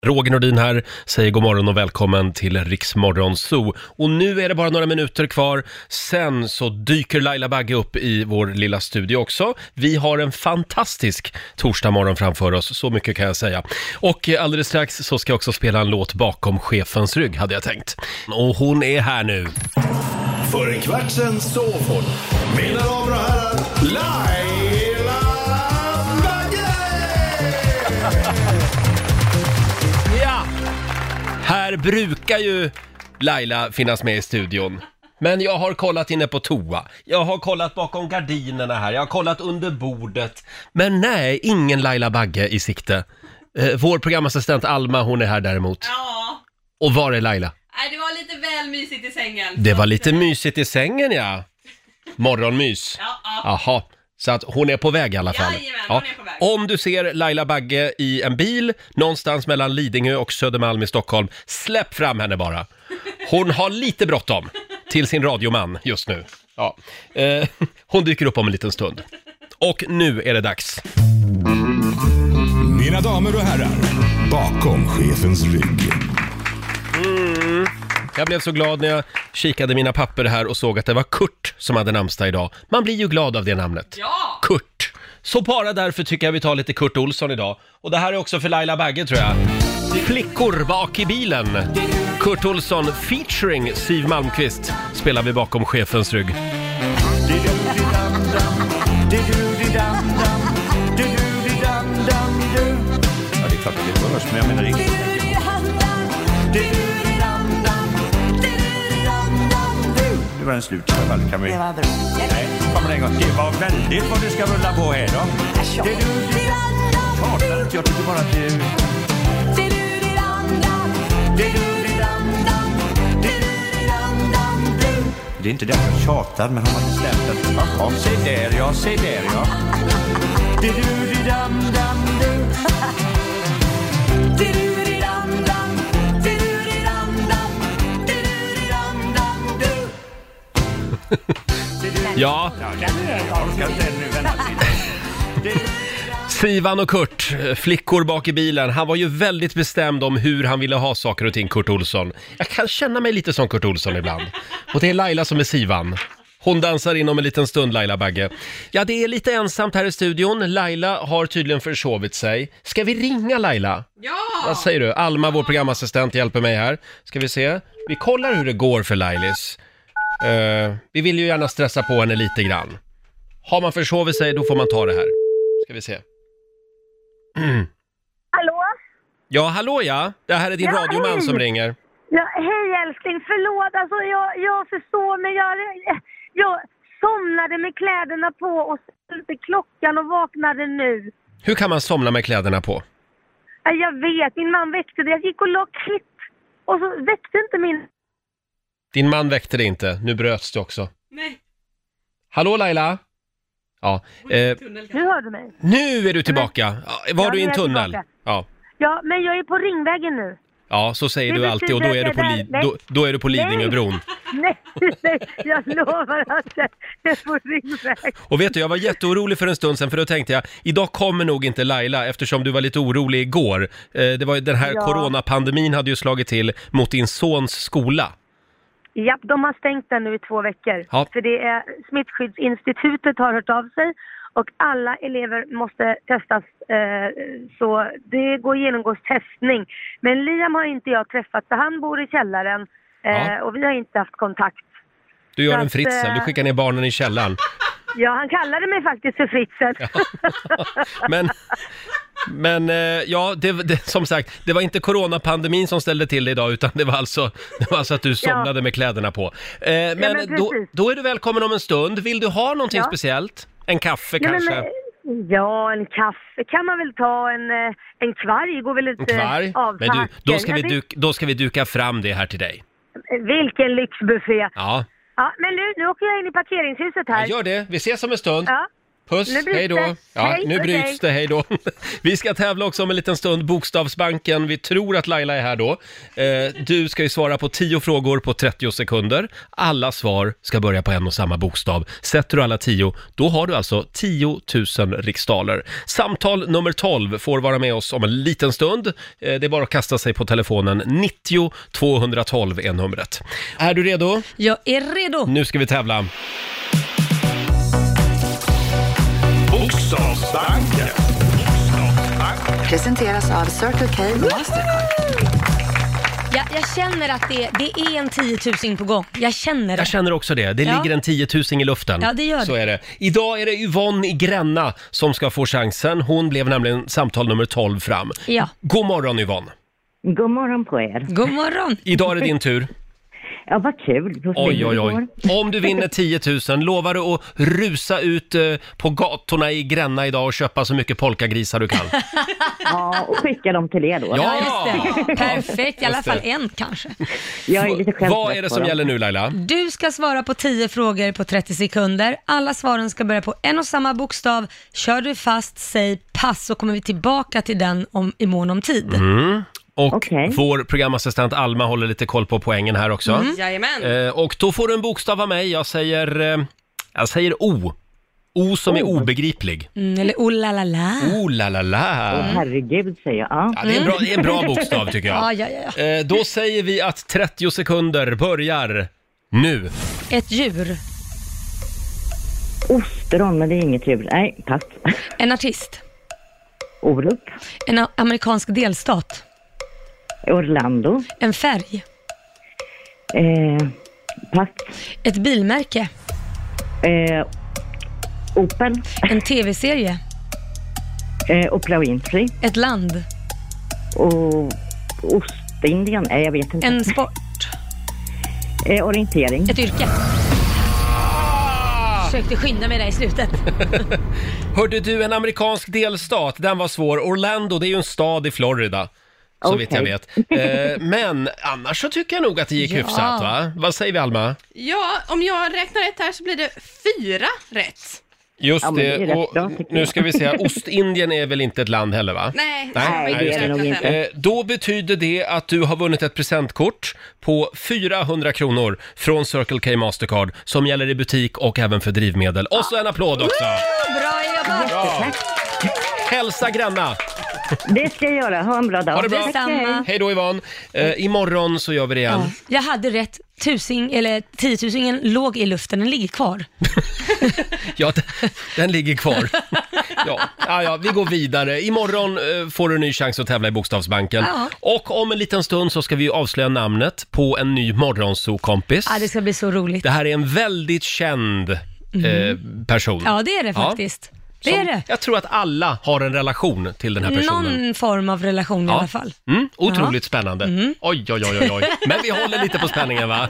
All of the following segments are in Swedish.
Roger Nordin här, säger god morgon och välkommen till Rix Morgon Zoo. Och nu är det bara några minuter kvar, sen så dyker Laila Bagge upp i vår lilla studio också. Vi har en fantastisk torsdagmorgon framför oss, så mycket kan jag säga. Och alldeles strax så ska jag också spela en låt bakom chefens rygg, hade jag tänkt. Och hon är här nu. För en kvart sen sov hon. Mina damer och herrar, Laila Bagge! Ja! Här brukar ju Laila finnas med i studion. Men jag har kollat inne på toa. Jag har kollat bakom gardinerna här. Jag har kollat under bordet. Men nej, ingen Laila Bagge i sikte. Vår programassistent Alma, hon är här däremot. Ja. Och var är Laila? Nej, det var lite väl mysigt i sängen. Det var lite mysigt i sängen, ja. Morgonmys. Ja. Jaha, så att hon är på väg i alla fall. Jajamän, hon är på väg. Om du ser Laila Bagge i en bil någonstans mellan Lidingö och Södermalm i Stockholm, släpp fram henne bara. Hon har lite bråttom till sin radioman just nu. Ja. Hon dyker upp om en liten stund. Och nu är det dags. Mina damer och herrar, bakom chefens rygg. Jag blev så glad när jag kikade mina papper här och såg att det var Kurt som hade namnsdag idag. Man blir ju glad av det namnet. Ja! Kurt. Så bara därför tycker jag vi tar lite Kurt Olsson idag. Och det här är också för Laila Bagge, tror jag. Flickor bak i bilen. Kurt Olsson featuring Siw Malmkvist spelar vi bakom chefens rygg. Ja, det är klart att det hörs, men jag menar riktigt. Nu var den slut i alla fall, kan vi... Det var bra. Nej, kommer en gång. Det var väldigt vad det ska rulla på här då. Jag tycker bara att det... Det är inte det jag tjatar, men har man bestämt att... Jaha, se där ja, se där ja. Ja, Sivan och Kurt, flickor bak i bilen. Han var ju väldigt bestämd om hur han ville ha saker och ting, Kurt Olsson. Jag kan känna mig lite som Kurt Olsson ibland. Och det är Laila som är Sivan. Hon dansar in om en liten stund, Laila Bagge. Ja, det är lite ensamt här i studion. Laila har tydligen försovit sig. Ska vi ringa Laila? Ja! Vad säger du? Alma, vår programassistent, hjälper mig här. Ska vi se? Vi kollar hur det går för Lailis. Vi vill ju gärna stressa på henne lite grann. Har man försovit sig, då får man ta det här. Ska vi se. Hallå? Ja, hallå ja. Det här är din radioman hej. som ringer. Ja, hej älskling, förlåt. Alltså jag förstår, men jag somnade med kläderna på och ställde klockan och vaknade nu. Hur kan man somna med kläderna på? Ja, jag vet, min man väckte det. Jag gick och la klipp och så väckte inte min... Din man väckte det inte. Nu bröts det också. Nej. Hallå Laila? Ja. Nu hör du mig. Nu är du tillbaka. Var Ja, du i en nu är jag tunnel? tillbaka. Ja. Ja, men jag är på Ringvägen nu. Ja, så säger Det du alltid och då är du på, betyder- då är du på Lidingöbron. Nej, jag lovar att jag är på Ringvägen. Och vet du, jag var jätteorolig för en stund sedan, för då tänkte jag, idag kommer nog inte Laila, eftersom du var lite orolig igår. Det var ju den här coronapandemin hade ju slagit till mot din sons skola. Ja, de har stängt den nu i 2 veckor. Ja. För det är Smittskyddsinstitutet har hört av sig och alla elever måste testas, så det går genomgås testning. Men Liam har inte jag träffat, för han bor i källaren och vi har inte haft kontakt. Du gör Så en att, Fritzl, du skickar ner barnen i källaren. Ja, han kallade mig faktiskt för Fritzl. Men ja, det, som sagt, det var inte coronapandemin som ställde till det idag, utan det var alltså att du somnade med kläderna på. Men då är du välkommen om en stund. Vill du ha någonting speciellt? En kaffe kanske? Ja, en kaffe kan man väl ta, en kvarg går väl inte En kvarg? av. Men du, då ska vi duka fram det här till dig. Vilken lyxbuffé. Ja. Ja, men nu åker jag in i parkeringshuset här. Gör det, vi ses om en stund. Ja, Puss, Nu bryts hej då. det. Ja, Hej, nu puss, bryts hej. det, hej då. Vi ska tävla också om en liten stund, Bokstavsbanken. Vi tror att Laila är här då. Du ska ju svara på 10 frågor på 30 sekunder. Alla svar ska börja på en och samma bokstav. Sätter du alla 10, då har du alltså 10 000 riksdaler. Samtal nummer 12 får vara med oss om en liten stund. Det är bara att kasta sig på telefonen. 90 212 är numret. Är du redo? Jag är redo. Nu ska vi tävla. Bokstavsbanken. Presenteras av Circle K Mastercard. Ja, jag känner att det är en 10 000 på gång. Jag känner det. Jag känner också det. Det ligger en 10 000 i luften. Ja, det gör det. Så är det. Idag är det Yvonne i Gränna som ska få chansen. Hon blev nämligen samtal nummer 12 fram. Ja. God morgon Yvonne. God morgon på er. God morgon. Idag är det din tur. Ja, vad kul. Oj. Om du vinner 10 000, lovar du att rusa ut på gatorna i Gränna idag och köpa så mycket polkagrisar du kan? Ja, och skicka dem till er då. Ja, Just det. Perfekt, i alla Just fall det. en kanske. Jag är lite själv. Vad är det som gäller nu Laila? Du ska svara på 10 frågor på 30 sekunder. Alla svaren ska börja på en och samma bokstav. Kör du fast, säg pass, så kommer vi tillbaka till den i mån om tid. Och Okej. vår programassistent Alma håller lite koll på poängen här också. Jajamän. Och då får du en bokstav av mig. Jag säger O. O som är obegriplig. Eller oh la la la. Oh la la la. Herregud, säger jag. Ja. Ja, det är en bra bokstav tycker jag. Ja. Då säger vi att 30 sekunder börjar nu. Ett djur. Ostron, men det är inget djur. Nej, pass. En artist. Orup. En amerikansk delstat. Orlando. En färg. Pass. Ett bilmärke. Opel. En tv-serie. Oprah Winfrey. Ett land. Och Ostindien. Nej, jag vet inte. En sport. Orientering. Ett yrke. Försökte skynda mig där i slutet. Hörde du, en amerikansk delstat, den var svår. Orlando, det är ju en stad i Florida. Så vitt jag vet. Men annars så tycker jag nog att det gick hyfsat, va? Vad säger vi, Alma? Ja, om jag räknar rätt här så blir det 4 rätt. Just Ja, men det är det, rätt och bra, tycker nu jag. ska vi se här. Ostindien är väl inte ett land heller, va? Nej, Nej, det just är det nog inte. Då betyder det att du har vunnit ett presentkort på 400 kronor från Circle K Mastercard som gäller i butik och även för drivmedel. Och så en applåd också! Bra jobbat! Bra. Hälsa Gränna! Det ska jag göra. Ha en bra dag. Ha det bra. Detsamma. Hej då Yvonne! Imorgon så gör vi det igen. Ja, jag hade rätt. 10 000 låg i luften, den ligger kvar. Ja, den ligger kvar. Ja, vi går vidare. Imorgon får du en ny chans att tävla i Bokstavsbanken. Ja. Och om en liten stund så ska vi avslöja namnet på en ny morgonzoo-kompis. Ja, det ska bli så roligt. Det här är en väldigt känd person. Ja, det är det faktiskt. Det är det. Jag tror att alla har en relation till den här personen. Någon form av relation i alla fall. Otroligt spännande. Oj. Men vi håller lite på spänningen, va?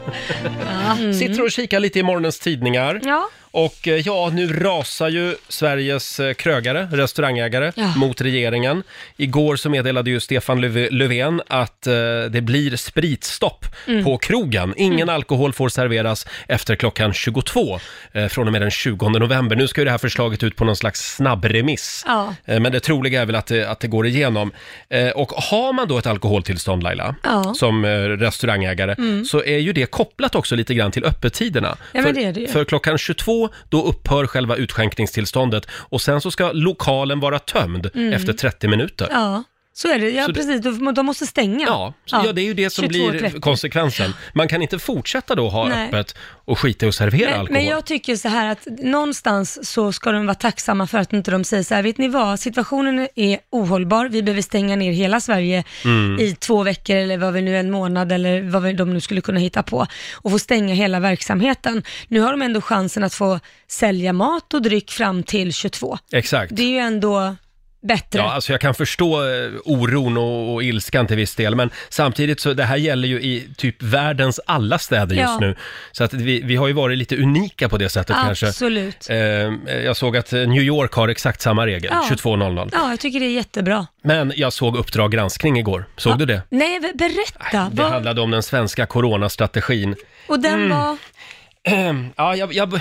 Sitter och kikar lite i morgonens tidningar. Ja. Och nu rasar ju Sveriges krögare, restaurangägare, mot regeringen. Igår så meddelade ju Stefan Löfven att det blir spritstopp på krogen. Ingen alkohol får serveras efter klockan 22 från och med den 20 november. Nu ska ju det här förslaget ut på någon slags snabbremiss. Ja. Men det troliga är väl att det går igenom. Och har man då ett alkoholtillstånd, Laila, som restaurangägare, så är ju det kopplat också lite grann till öppettiderna. Ja, men det är det ju. För klockan 22 då upphör själva utskänkningstillståndet och sen så ska lokalen vara tömd efter 30 minuter. Ja, så är det. Ja, Så precis. De måste stänga. Ja, det är ju det som 22:30. blir konsekvensen. Man kan inte fortsätta då ha Nej. öppet och skita i att servera alkohol. Men jag tycker så här att någonstans så ska de vara tacksamma för att inte de säger så här, vet ni vad, situationen är ohållbar, vi behöver stänga ner hela Sverige i 2 veckor eller vad vi nu, en månad eller vad de nu skulle kunna hitta på och få stänga hela verksamheten. Nu har de ändå chansen att få sälja mat och dryck fram till 22. Exakt. Det är ju ändå bättre. Ja, alltså jag kan förstå oron och ilskan till viss del, men samtidigt så det här gäller ju i typ världens alla städer just nu. Så att vi har ju varit lite unika på det sättet kanske. Absolut. Jag såg att New York har exakt samma regel, 22:00. Ja, jag tycker det är jättebra. Men jag såg Uppdrag granskning igår. Såg du det? Nej, berätta. Det handlade om den svenska coronastrategin. Och den var...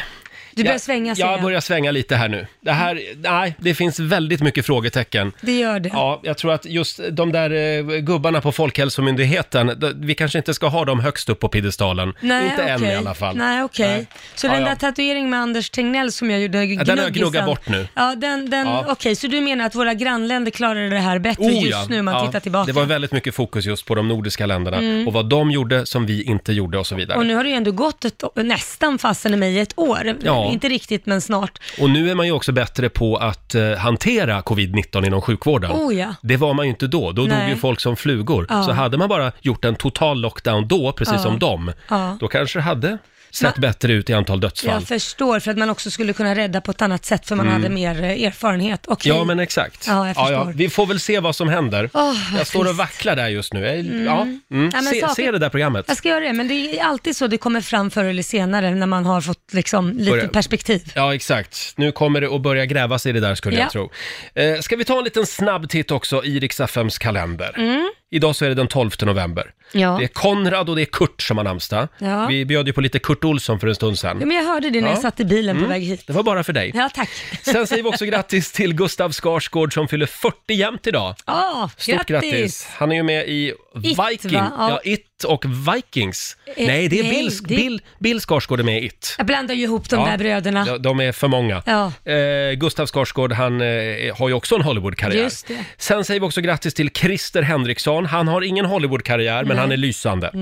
Du börjar svänga sig. Jag börjar svänga lite här nu. Det finns väldigt mycket frågetecken. Det gör det. Ja, jag tror att just de där gubbarna på Folkhälsomyndigheten, vi kanske inte ska ha dem högst upp på piedestalen. Inte än i alla fall. Nej, okej. Så den där tatueringen med Anders Tegnell som jag gjorde, den har jag gnuggat bort nu. Ja, okej, så du menar att våra grannländer klarade det här bättre just nu man tittar tillbaka? Det var väldigt mycket fokus just på de nordiska länderna och vad de gjorde som vi inte gjorde och så vidare. Och nu har det ju ändå gått nästan fasen i mig ett år. Ja. Inte riktigt, men snart. Och nu är man ju också bättre på att hantera covid-19 inom sjukvården. Det var man ju inte då. Då dog ju folk som flugor. Så hade man bara gjort en total lockdown då, precis som dem, då kanske det hade sett bättre ut i antal dödsfall. Jag förstår, för att man också skulle kunna rädda på ett annat sätt, för man hade mer erfarenhet. Okay. Ja, men exakt. Ja, jag förstår. Vi får väl se vad som händer. Jag står och vacklar där just nu. Se det där programmet. Jag ska göra det, men det är alltid så det kommer fram förr eller senare när man har fått liksom lite perspektiv. Ja, exakt. Nu kommer det att börja gräva sig i det där, skulle jag tro. Ska vi ta en liten snabb titt också i Rix FMs kalender? Idag så är det den 12 november. Ja. Det är Konrad och det är Kurt som har namnsdag. Ja. Vi bjöd ju på lite Kurt Olsson för en stund sedan. Ja, men jag hörde det när jag satt i bilen på väg hit. Det var bara för dig. Ja, tack. Sen säger vi också grattis till Gustav Skarsgård som fyller 40 jämt idag. Stort grattis. Han är ju med i Viking. It och Vikings. Nej, det är Bill Skarsgård är med i It. Jag blandar ju ihop de där bröderna. De är för många. Ja. Gustav Skarsgård, han har ju också en Hollywood-karriär. Just det. Sen säger vi också grattis till Christer Henriksson. Han har ingen Hollywood-karriär, men han är lysande.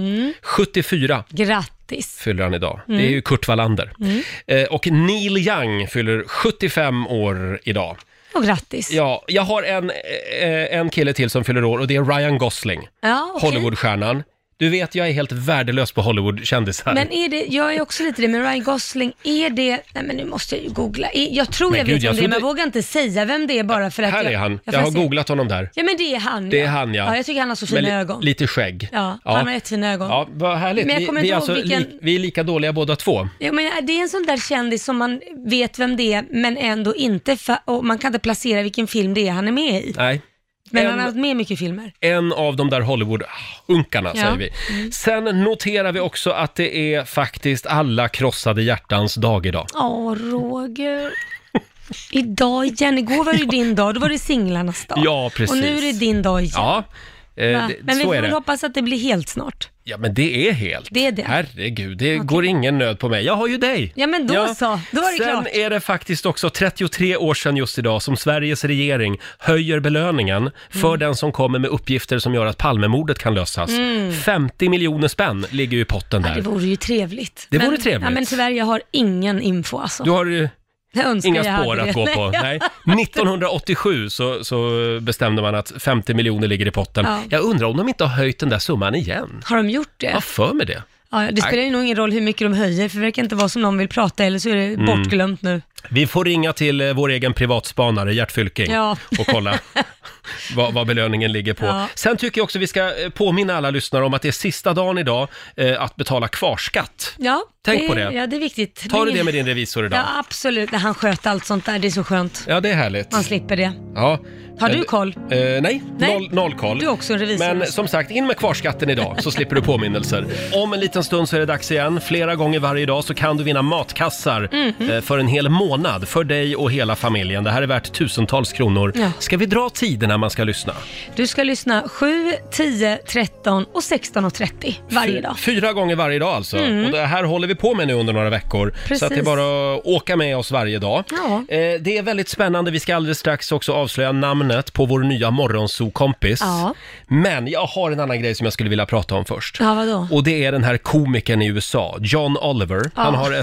74. Grattis. Fyller han idag. Det är ju Kurt Wallander. Och Neil Young fyller 75 år idag. Och grattis. Ja, jag har en kille till som fyller år och det är Ryan Gosling. Ja, okay. Hollywoodstjärnan. Du vet, jag är helt värdelös på Hollywood-kändisar. Men är det, jag är också lite det, men Ryan Gosling, är det, nej men nu måste jag ju googla. Jag tror jag vet vem det är, men jag vågar inte säga vem det är bara för att här är han, jag har googlat honom där. Ja, men det är han. Det är han, ja. Ja, jag tycker han har så fina ögon. Lite skägg. Ja, han har jättefina ögon. Ja, vad härligt. Men vi är lika dåliga båda två. Ja, men det är en sån där kändis som man vet vem det är, men ändå inte, och man kan inte placera vilken film det är han är med i. Nej. Men han har haft med mycket filmer. En av de där Hollywood-unkarna, säger vi. Sen noterar vi också att det är faktiskt alla krossade hjärtans dag idag. Roger. Idag igen, igår var det din dag, då var det singlarnas dag. Ja, precis. Och nu är det din dag igen. Ja, men vi får väl hoppas att det blir helt snart. Ja, men det är helt. Det är det. Herregud, det går ingen nöd på mig. Jag har ju dig. Ja, men då var det klart. Sen är det faktiskt också 33 år sedan just idag som Sveriges regering höjer belöningen för den som kommer med uppgifter som gör att Palmemordet kan lösas. 50 miljoner spänn ligger ju i potten där. Ja, det vore ju trevligt. Det vore trevligt. Ja, men Sverige har ingen info alltså. Du har inga spår att gå på. Nej. 1987 så bestämde man att 50 miljoner ligger i potten. Ja. Jag undrar om de inte har höjt den där summan igen. Har de gjort det? Jag för med det. Ja, det spelar ju nog ingen roll hur mycket de höjer, för det verkar inte vara som någon vill prata, eller så är det bortglömt nu. Vi får ringa till vår egen privatspanare Gert Fylking och kolla vad belöningen ligger på. Ja. Sen tycker jag också vi ska påminna alla lyssnare om att det är sista dagen idag att betala kvarskatt. Ja, tänk på det. Ja, det är viktigt. Tar du det med din revisor idag? Ja, absolut. Han sköter allt sånt där, det är så skönt. Ja, det är härligt. Man slipper det. Ja. Har du koll? Nej. Noll koll. Du är också en revisor. Men som sagt, in med kvarskatten idag så slipper du påminnelser. Om en liten stund så är det dags igen. Flera gånger varje dag så kan du vinna matkassar för en hel månad för dig och hela familjen. Det här är värt tusentals kronor. Ja. Ska vi dra tiderna man ska lyssna? Du ska lyssna 7, 10, 13 och 16:30 varje dag. 4 gånger varje dag alltså. Och det här håller vi på med nu under några veckor. Precis. Så att det är bara att åka med oss varje dag. Ja. Det är väldigt spännande. Vi ska alldeles strax också avslöja namnet på vår nya morgonzoo-kompis. Ja. Men jag har en annan grej som jag skulle vilja prata om först. Ja, vadå? Och det är den här komikern i USA, John Oliver. Ja. Han har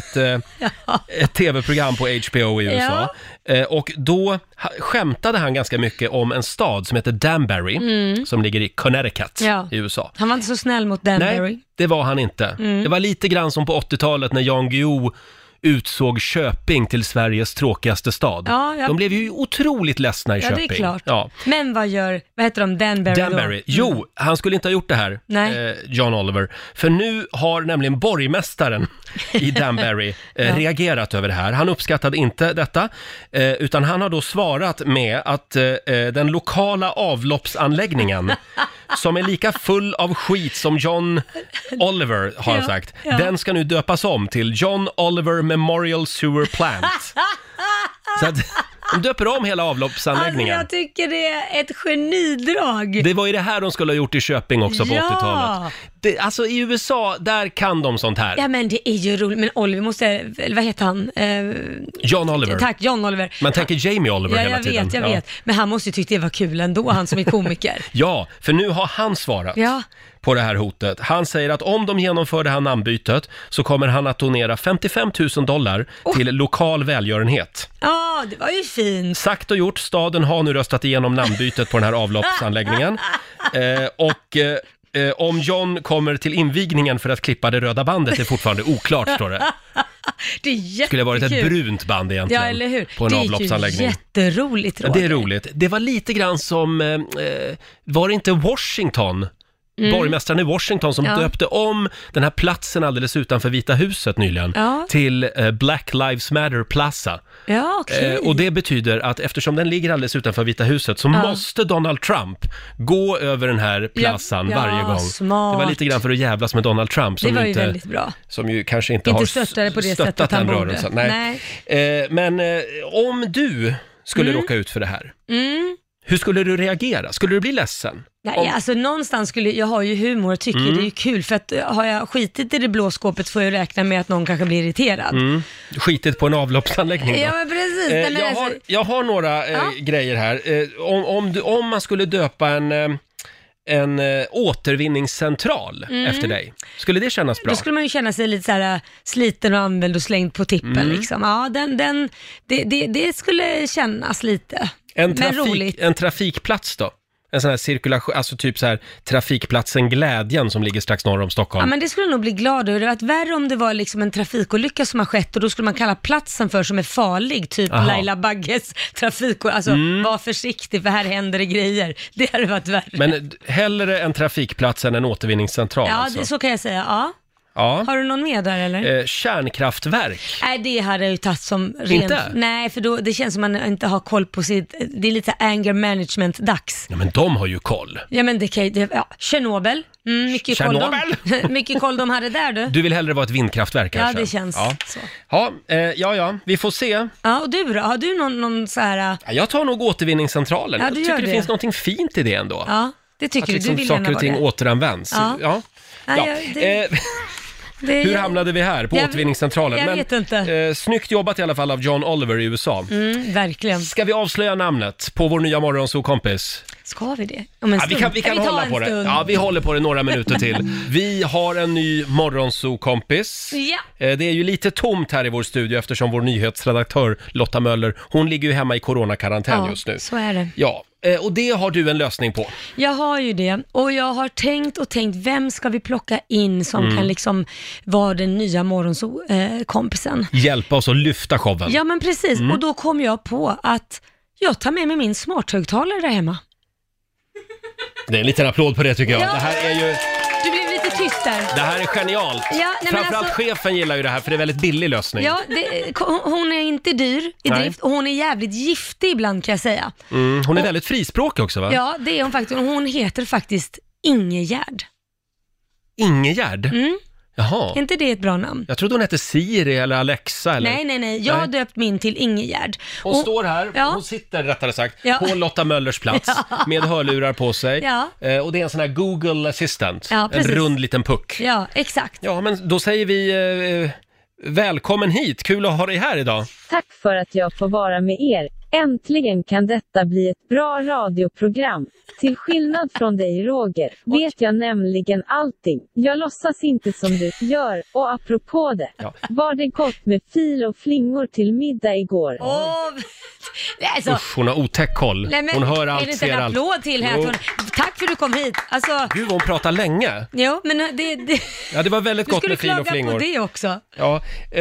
ett tv-program på HBO i USA. Ja. Och då skämtade han ganska mycket om en stad som heter Danbury, som ligger i Connecticut i USA. Han var inte så snäll mot Danbury. Nej, det var han inte. Det var lite grann som på 80-talet när Jan Guillou utsåg Köping till Sveriges tråkigaste stad. Ja. De blev ju otroligt ledsna i Köping. Ja, det är klart. Ja. Men vad heter de, Danbury då? Jo, han skulle inte ha gjort det här, John Oliver. För nu har nämligen borgmästaren i Danbury reagerat över det här. Han uppskattade inte detta, utan han har då svarat med att den lokala avloppsanläggningen som är lika full av skit som John Oliver, har han sagt, den ska nu döpas om till John Oliver Memorial Sewer Plant. Så att de döper om hela avloppsanläggningen. Alltså jag tycker det är ett genidrag. Det var ju det här de skulle ha gjort i Köping också på 80-talet. Alltså i USA, där kan de sånt här. Ja men det är ju roligt, men Oliver måste, eller vad heter han? John Oliver. Tack, John Oliver. Man tänker Jamie Oliver hela tiden. Jag vet. Men han måste ju tycka det var kul ändå, han som är komiker. Ja, för nu har han svarat på det här hotet. Han säger att om de genomför det här namnbytet så kommer han att donera $55,000 till lokal välgörenhet. Ja, det var ju fint. Sagt och gjort, staden har nu röstat igenom namnbytet på den här avloppsanläggningen. Om John kommer till invigningen för att klippa det röda bandet är fortfarande oklart, står det. Det är jättekul. Skulle ha varit ett brunt band egentligen. Ja, eller hur? På en avloppsanläggning. Det är ju jätteroligt, Roger. Det är roligt. Det var lite grann som, var det inte Washington? Borgmästaren i Washington som döpte om den här platsen alldeles utanför Vita huset nyligen till Black Lives Matter Plaza. Ja, okej. Och det betyder att eftersom den ligger alldeles utanför Vita huset så måste Donald Trump gå över den här plazan varje gång. Smart. Det var lite grann för att jävlas med Donald Trump som det var ju inte, väldigt bra. Som ju kanske inte har stöttade på det stöttat sättet den han rörelsen. borde. Nej. Men om du skulle råka ut för det här, hur skulle du reagera? Skulle du bli ledsen? Nej, alltså någonstans jag har ju humor och tycker det är ju kul, för att har jag skitit i det blå skåpet får jag räkna med att någon kanske blir irriterad. Skitit på en avloppsanläggning då? Ja, men precis. Jag har några grejer här. Om man skulle döpa en återvinningscentral efter dig, skulle det kännas bra? Då skulle man ju känna sig lite så här sliten och använd och slängd på tippen liksom. Ja, det skulle kännas lite. En trafikplats då? En sån här cirkulation, alltså typ så här trafikplatsen Glädjen som ligger strax norr om Stockholm. Ja, men det skulle nog bli glad över. Det hade varit värre om det var liksom en trafikolycka som har skett och då skulle man kalla platsen för som är farlig, typ Laila Bagges trafik. Alltså var försiktig för här händer det grejer. Det hade varit värre. Men hellre en trafikplats än en återvinningscentral? Ja, alltså. så kan jag säga, ja. Har du någon med där eller? Kärnkraftverk? Nej, det hade jag ju tagit som rent... Inte? Nej, för då, det känns som man inte har koll på sitt... Det är lite anger management-dags. Ja, men de har ju koll. Ja, men det kan ju... Ja, Tjernobyl. Mycket koll mycket koll de hade där, du. Du vill hellre vara ett vindkraftverk kanske? Ja, det känns så. Ja, vi får se. Ja, och du då? Har du någon så här... Ja, jag tar nog återvinningscentralen. Ja, jag tycker det finns någonting fint i det ändå. Ja, det tycker att liksom du vill saker och ting återanvänds. Ja. Hur hamnade vi här på återvinningscentralen? Jag vet inte. Snyggt jobbat i alla fall av John Oliver i USA. Verkligen. Ska vi avslöja namnet på vår nya morgonsokompis? Ska vi det? Vi kan hålla på det. Ja, vi håller på det några minuter till. Vi har en ny morgonsokompis. Ja. Det är ju lite tomt här i vår studio eftersom vår nyhetsredaktör Lotta Möller, hon ligger ju hemma i coronakarantän just nu. Så är det. Ja, och det har du en lösning på. Jag har ju det, och jag har tänkt, vem ska vi plocka in som kan liksom vara den nya morgonsokompisen? Hjälpa oss att lyfta showen. Ja, men precis. Och då kom jag på att jag tar med mig min smarthögtalare där hemma. Det är en liten applåd på det tycker jag. Ja. Det här är ju... Du blev lite tyst där. Det här är genialt. Ja, Framförallt chefen gillar ju det här för det är väldigt billig lösning. Ja, hon är inte dyr i drift och hon är jävligt giftig ibland kan jag säga. Hon är väldigt frispråkig också va? Ja, det är hon faktiskt. Hon heter faktiskt Ingegärd. Ingegärd? Jaha. Är inte det ett bra namn? Jag trodde hon hette Siri eller Alexa eller? Nej. Jag har döpt min till Ingegärd. Hon står här, hon sitter rättare sagt på Lotta Möllers plats med hörlurar på sig. Ja. Och det är en sån här Google Assistant. Ja, en rund liten puck. Ja, exakt. Ja, men då säger vi välkommen hit. Kul att ha dig här idag. Tack för att jag får vara med er. Äntligen kan detta bli ett bra radioprogram. Till skillnad från dig Roger, vet jag nämligen allting. Jag låtsas inte som du gör, och apropå det, var det gott med fil och flingor till middag igår? Alltså, usch, hon har otäck koll. Nej, men, hon hör allt, är det inte ser en allt. applåd till här? Tack för att du kom hit. Alltså, Gud, hon pratar länge. Jo, men det var väldigt gott med fil och flingor. Du skulle klaga på det också. Ja,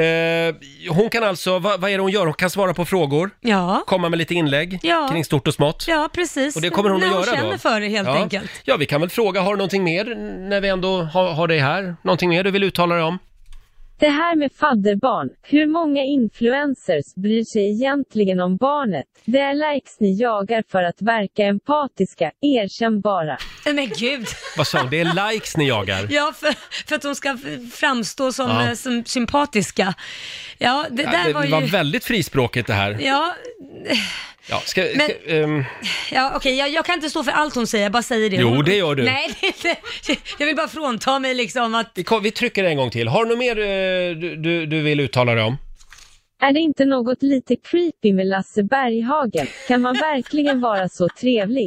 hon kan alltså, vad är det hon gör? Hon kan svara på frågor. Ja. Komma med lite inlägg kring stort och smått. Ja, precis. Och det kommer hon att göra då. Hon känner för det helt enkelt. Ja, vi kan väl fråga, har du någonting mer när vi ändå har dig här? Någonting mer du vill uttala dig om? Det här med fadderbarn, hur många influencers bryr sig egentligen om barnet? Det är likes ni jagar för att verka empatiska, erkänn bara. Men gud. Vad sa du? Det är likes ni jagar? Ja, för att de ska framstå som sympatiska. Ja, det där var ju... var väldigt frispråkigt det här. Ja... Ja, okej, jag kan inte stå för allt hon säger, jag bara säger det. Jo, det gör du. Nej, jag vill bara frånta mig liksom att... Vi trycker en gång till. Har du något mer du vill uttala dig om? Är det inte något lite creepy med Lasse Berghagen? Kan man verkligen vara så trevlig?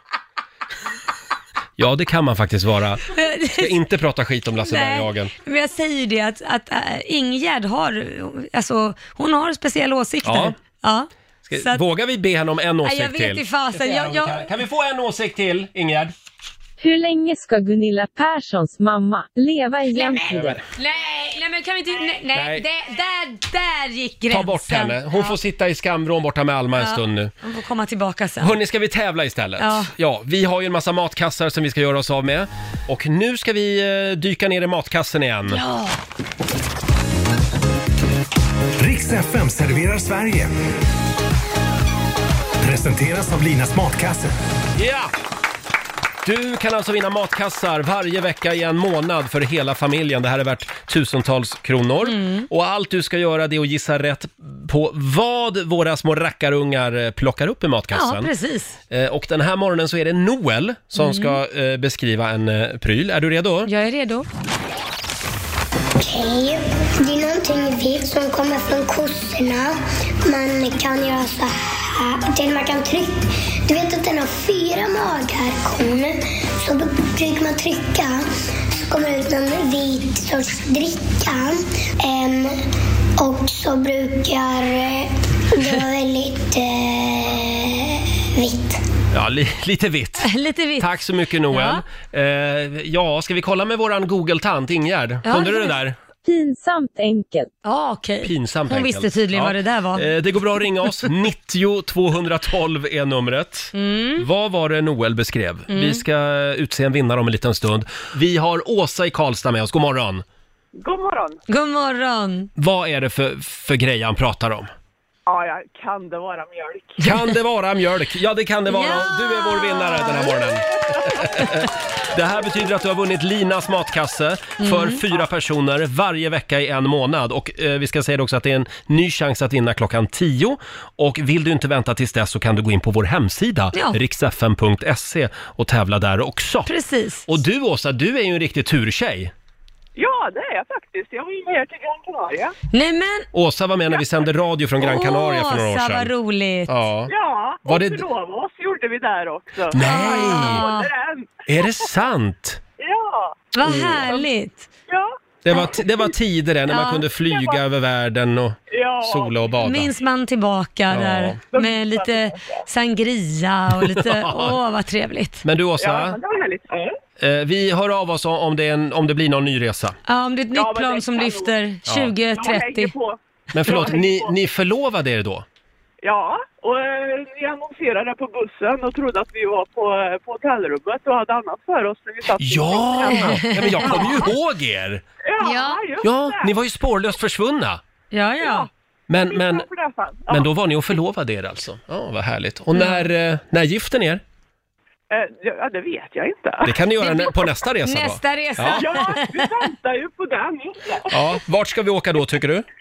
Ja, det kan man faktiskt vara. Jag ska inte prata skit om Lasse Berghagen. Men jag säger ju det att Ingegärd har, alltså hon har speciella åsikter. Ja. Vågar vi be henne om en åsikt till? Jag vet i fasen. Kan vi få en åsikt till, Ingegärd? Hur länge ska Gunilla Perssons mamma leva egentligen? Nej, men kan vi inte... Nej. Där gick gränsen. Ta bort henne. Hon får sitta i skamvrån borta med Alma en stund nu. Hon får komma tillbaka sen. Hörrni, ska vi tävla istället? Ja, vi har ju en massa matkassar som vi ska göra oss av med. Och nu ska vi dyka ner i matkassen igen. Ja. Rix FM serverar Sverige. Presenteras av Linas matkasse. Ja! Du kan alltså vinna matkassar varje vecka i en månad för hela familjen. Det här är värt tusentals kronor. Och allt du ska göra är att gissa rätt på vad våra små rackarungar plockar upp i matkassen. Ja, precis. Och den här morgonen så är det Noel som ska beskriva en pryl. Är du redo? Jag är redo. Okej, det är någonting vitt som kommer från kossorna. Man kan göra så här. Man kan trycka. Du vet att den har 4 magar, kon. Så brukar man trycka. Så kommer det ut en vit sorts dricka. Och så brukar det vara väldigt vitt. Ja, lite vitt. Lite vitt. Tack så mycket, Noel. Ska vi kolla med våran Google-tant Ingegärd? Kunde du det där? Pinsamt enkelt. Ja, okej. Pinsamt Hon enkelt. visste tydligen vad det där var. Det går bra att ringa oss. 90 212 är numret. Vad var det Noel beskrev? Vi ska utse en vinnare om en liten stund. Vi har Åsa i Karlstad med oss. God morgon. God morgon. God morgon. Vad är det för grej han pratar om? Ja, kan det vara mjölk? Kan det vara mjölk? Ja, det kan det vara. Ja! Du är vår vinnare den här morgonen. Det här betyder att du har vunnit Linas matkasse för 4 personer varje vecka i en månad. Och vi ska säga också att det är en ny chans att vinna klockan 10. Och vill du inte vänta tills dess så kan du gå in på vår hemsida, riksfm.se, och tävla där också. Precis. Och du, Åsa, du är ju en riktig turtjej. Ja, det är jag faktiskt. Jag var ju med till Gran Canaria. Nej, men... Åsa var med när vi sände radio från Gran Canaria för några år sedan. Åsa, vad roligt. Ja, och förlova oss gjorde vi där också. Nej! Är det sant? Ja. Vad härligt. Ja. Det var tider när man kunde flyga över världen och sola och bada. Minns man tillbaka där med lite sangria och lite, vad trevligt. Men du, Åsa, Ja, det var härligt. vi hör av oss om det blir någon ny resa. Ja, om det är ett nytt plan som lyfter 2030. Men förlåt, ni förlovade er då? Ja, och vi annonserade på bussen och trodde att vi var på hotellrummet och hade annat för oss när vi satt. Ja, men jag kommer ju ihåg er. Ja, ni var ju spårlöst försvunna. Ja. Men då var ni och förlovade er alltså. Ja, vad härligt. Och när gifter ni er? Ja, det vet jag inte. Det kan ni göra på nästa resa då. Nästa resa. Ja, vi väntar ju på den. Ja, vart ska vi åka då tycker du?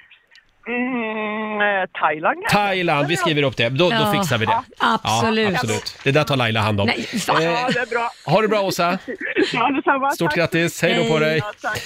Thailand, vi skriver upp det. Då fixar vi det. Absolut. Ja, absolut. Det där tar Laila hand om. Nej, det är bra. Ha det bra, Åsa. Ja, detsamma. Stort grattis. Hej då på dig. Ja, tack,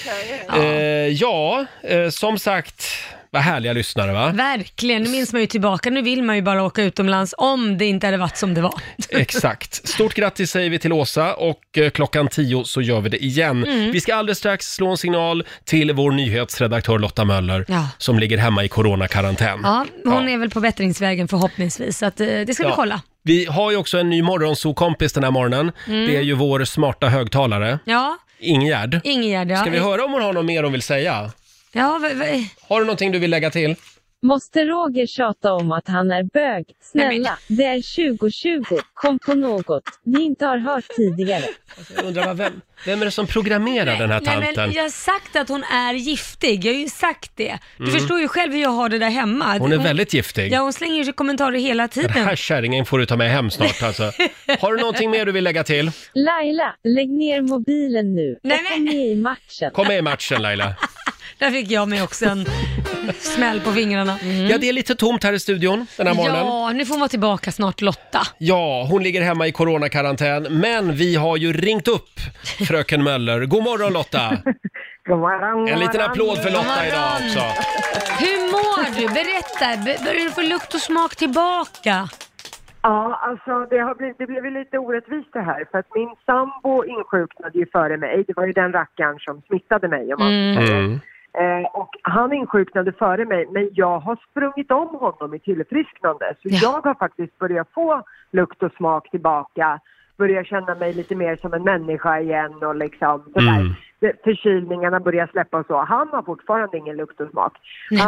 hej. Som sagt, vad härliga lyssnare, va? Verkligen, nu minns man ju tillbaka. Nu vill man ju bara åka utomlands om det inte hade varit som det var. Exakt. Stort grattis säger vi till Åsa och klockan 10 så gör vi det igen. Vi ska alldeles strax slå en signal till vår nyhetsredaktör Lotta Möller som ligger hemma i coronakarantän. Ja, hon är väl på bättringsvägen förhoppningsvis, så att, det ska vi kolla. Vi har ju också en ny morgonsokompis den här morgonen. Det är ju vår smarta högtalare. Ja. Ingegärd, ja. Ska vi höra om hon har något mer hon vill säga? Ja, Har du någonting du vill lägga till? Måste Roger tjata om att han är bög? Snälla, det är 2020. Kom på något vi inte har hört tidigare. Jag undrar vem är det som programmerar den här tanten? Men jag har sagt att hon är giftig. Jag har ju sagt det. Du förstår ju själv hur jag har det där hemma. Hon är väldigt giftig. Ja, hon slänger sig kommentarer hela tiden. Den här kärringen får du ta med hem snart alltså. Har du någonting mer du vill lägga till? Laila, lägg ner mobilen nu. Nej, Kom med i matchen. Kom med i matchen, Laila. Där fick jag mig också en smäll på fingrarna. Ja, det är lite tomt här i studion den här morgonen. Ja, nu får man tillbaka snart Lotta. Ja, hon ligger hemma i coronakarantän. Men vi har ju ringt upp fröken Möller. God morgon Lotta! God morgon. En liten applåd för Lotta idag också. Hur mår du? Berätta. Börjar du få lukt och smak tillbaka? Ja, alltså det blev ju lite orättvist det här. För att min sambo insjuknade ju före mig. Det var ju den rackaren som smittade mig. Om man säger. Och han insjuknade före mig, men jag har sprungit om honom i tillfrisknande. Så jag har faktiskt börjat få lukt och smak tillbaka. Börjat känna mig lite mer som en människa igen och liksom sådär. Förkylningarna börjar släppa och så. Han har fortfarande ingen lukt och smak.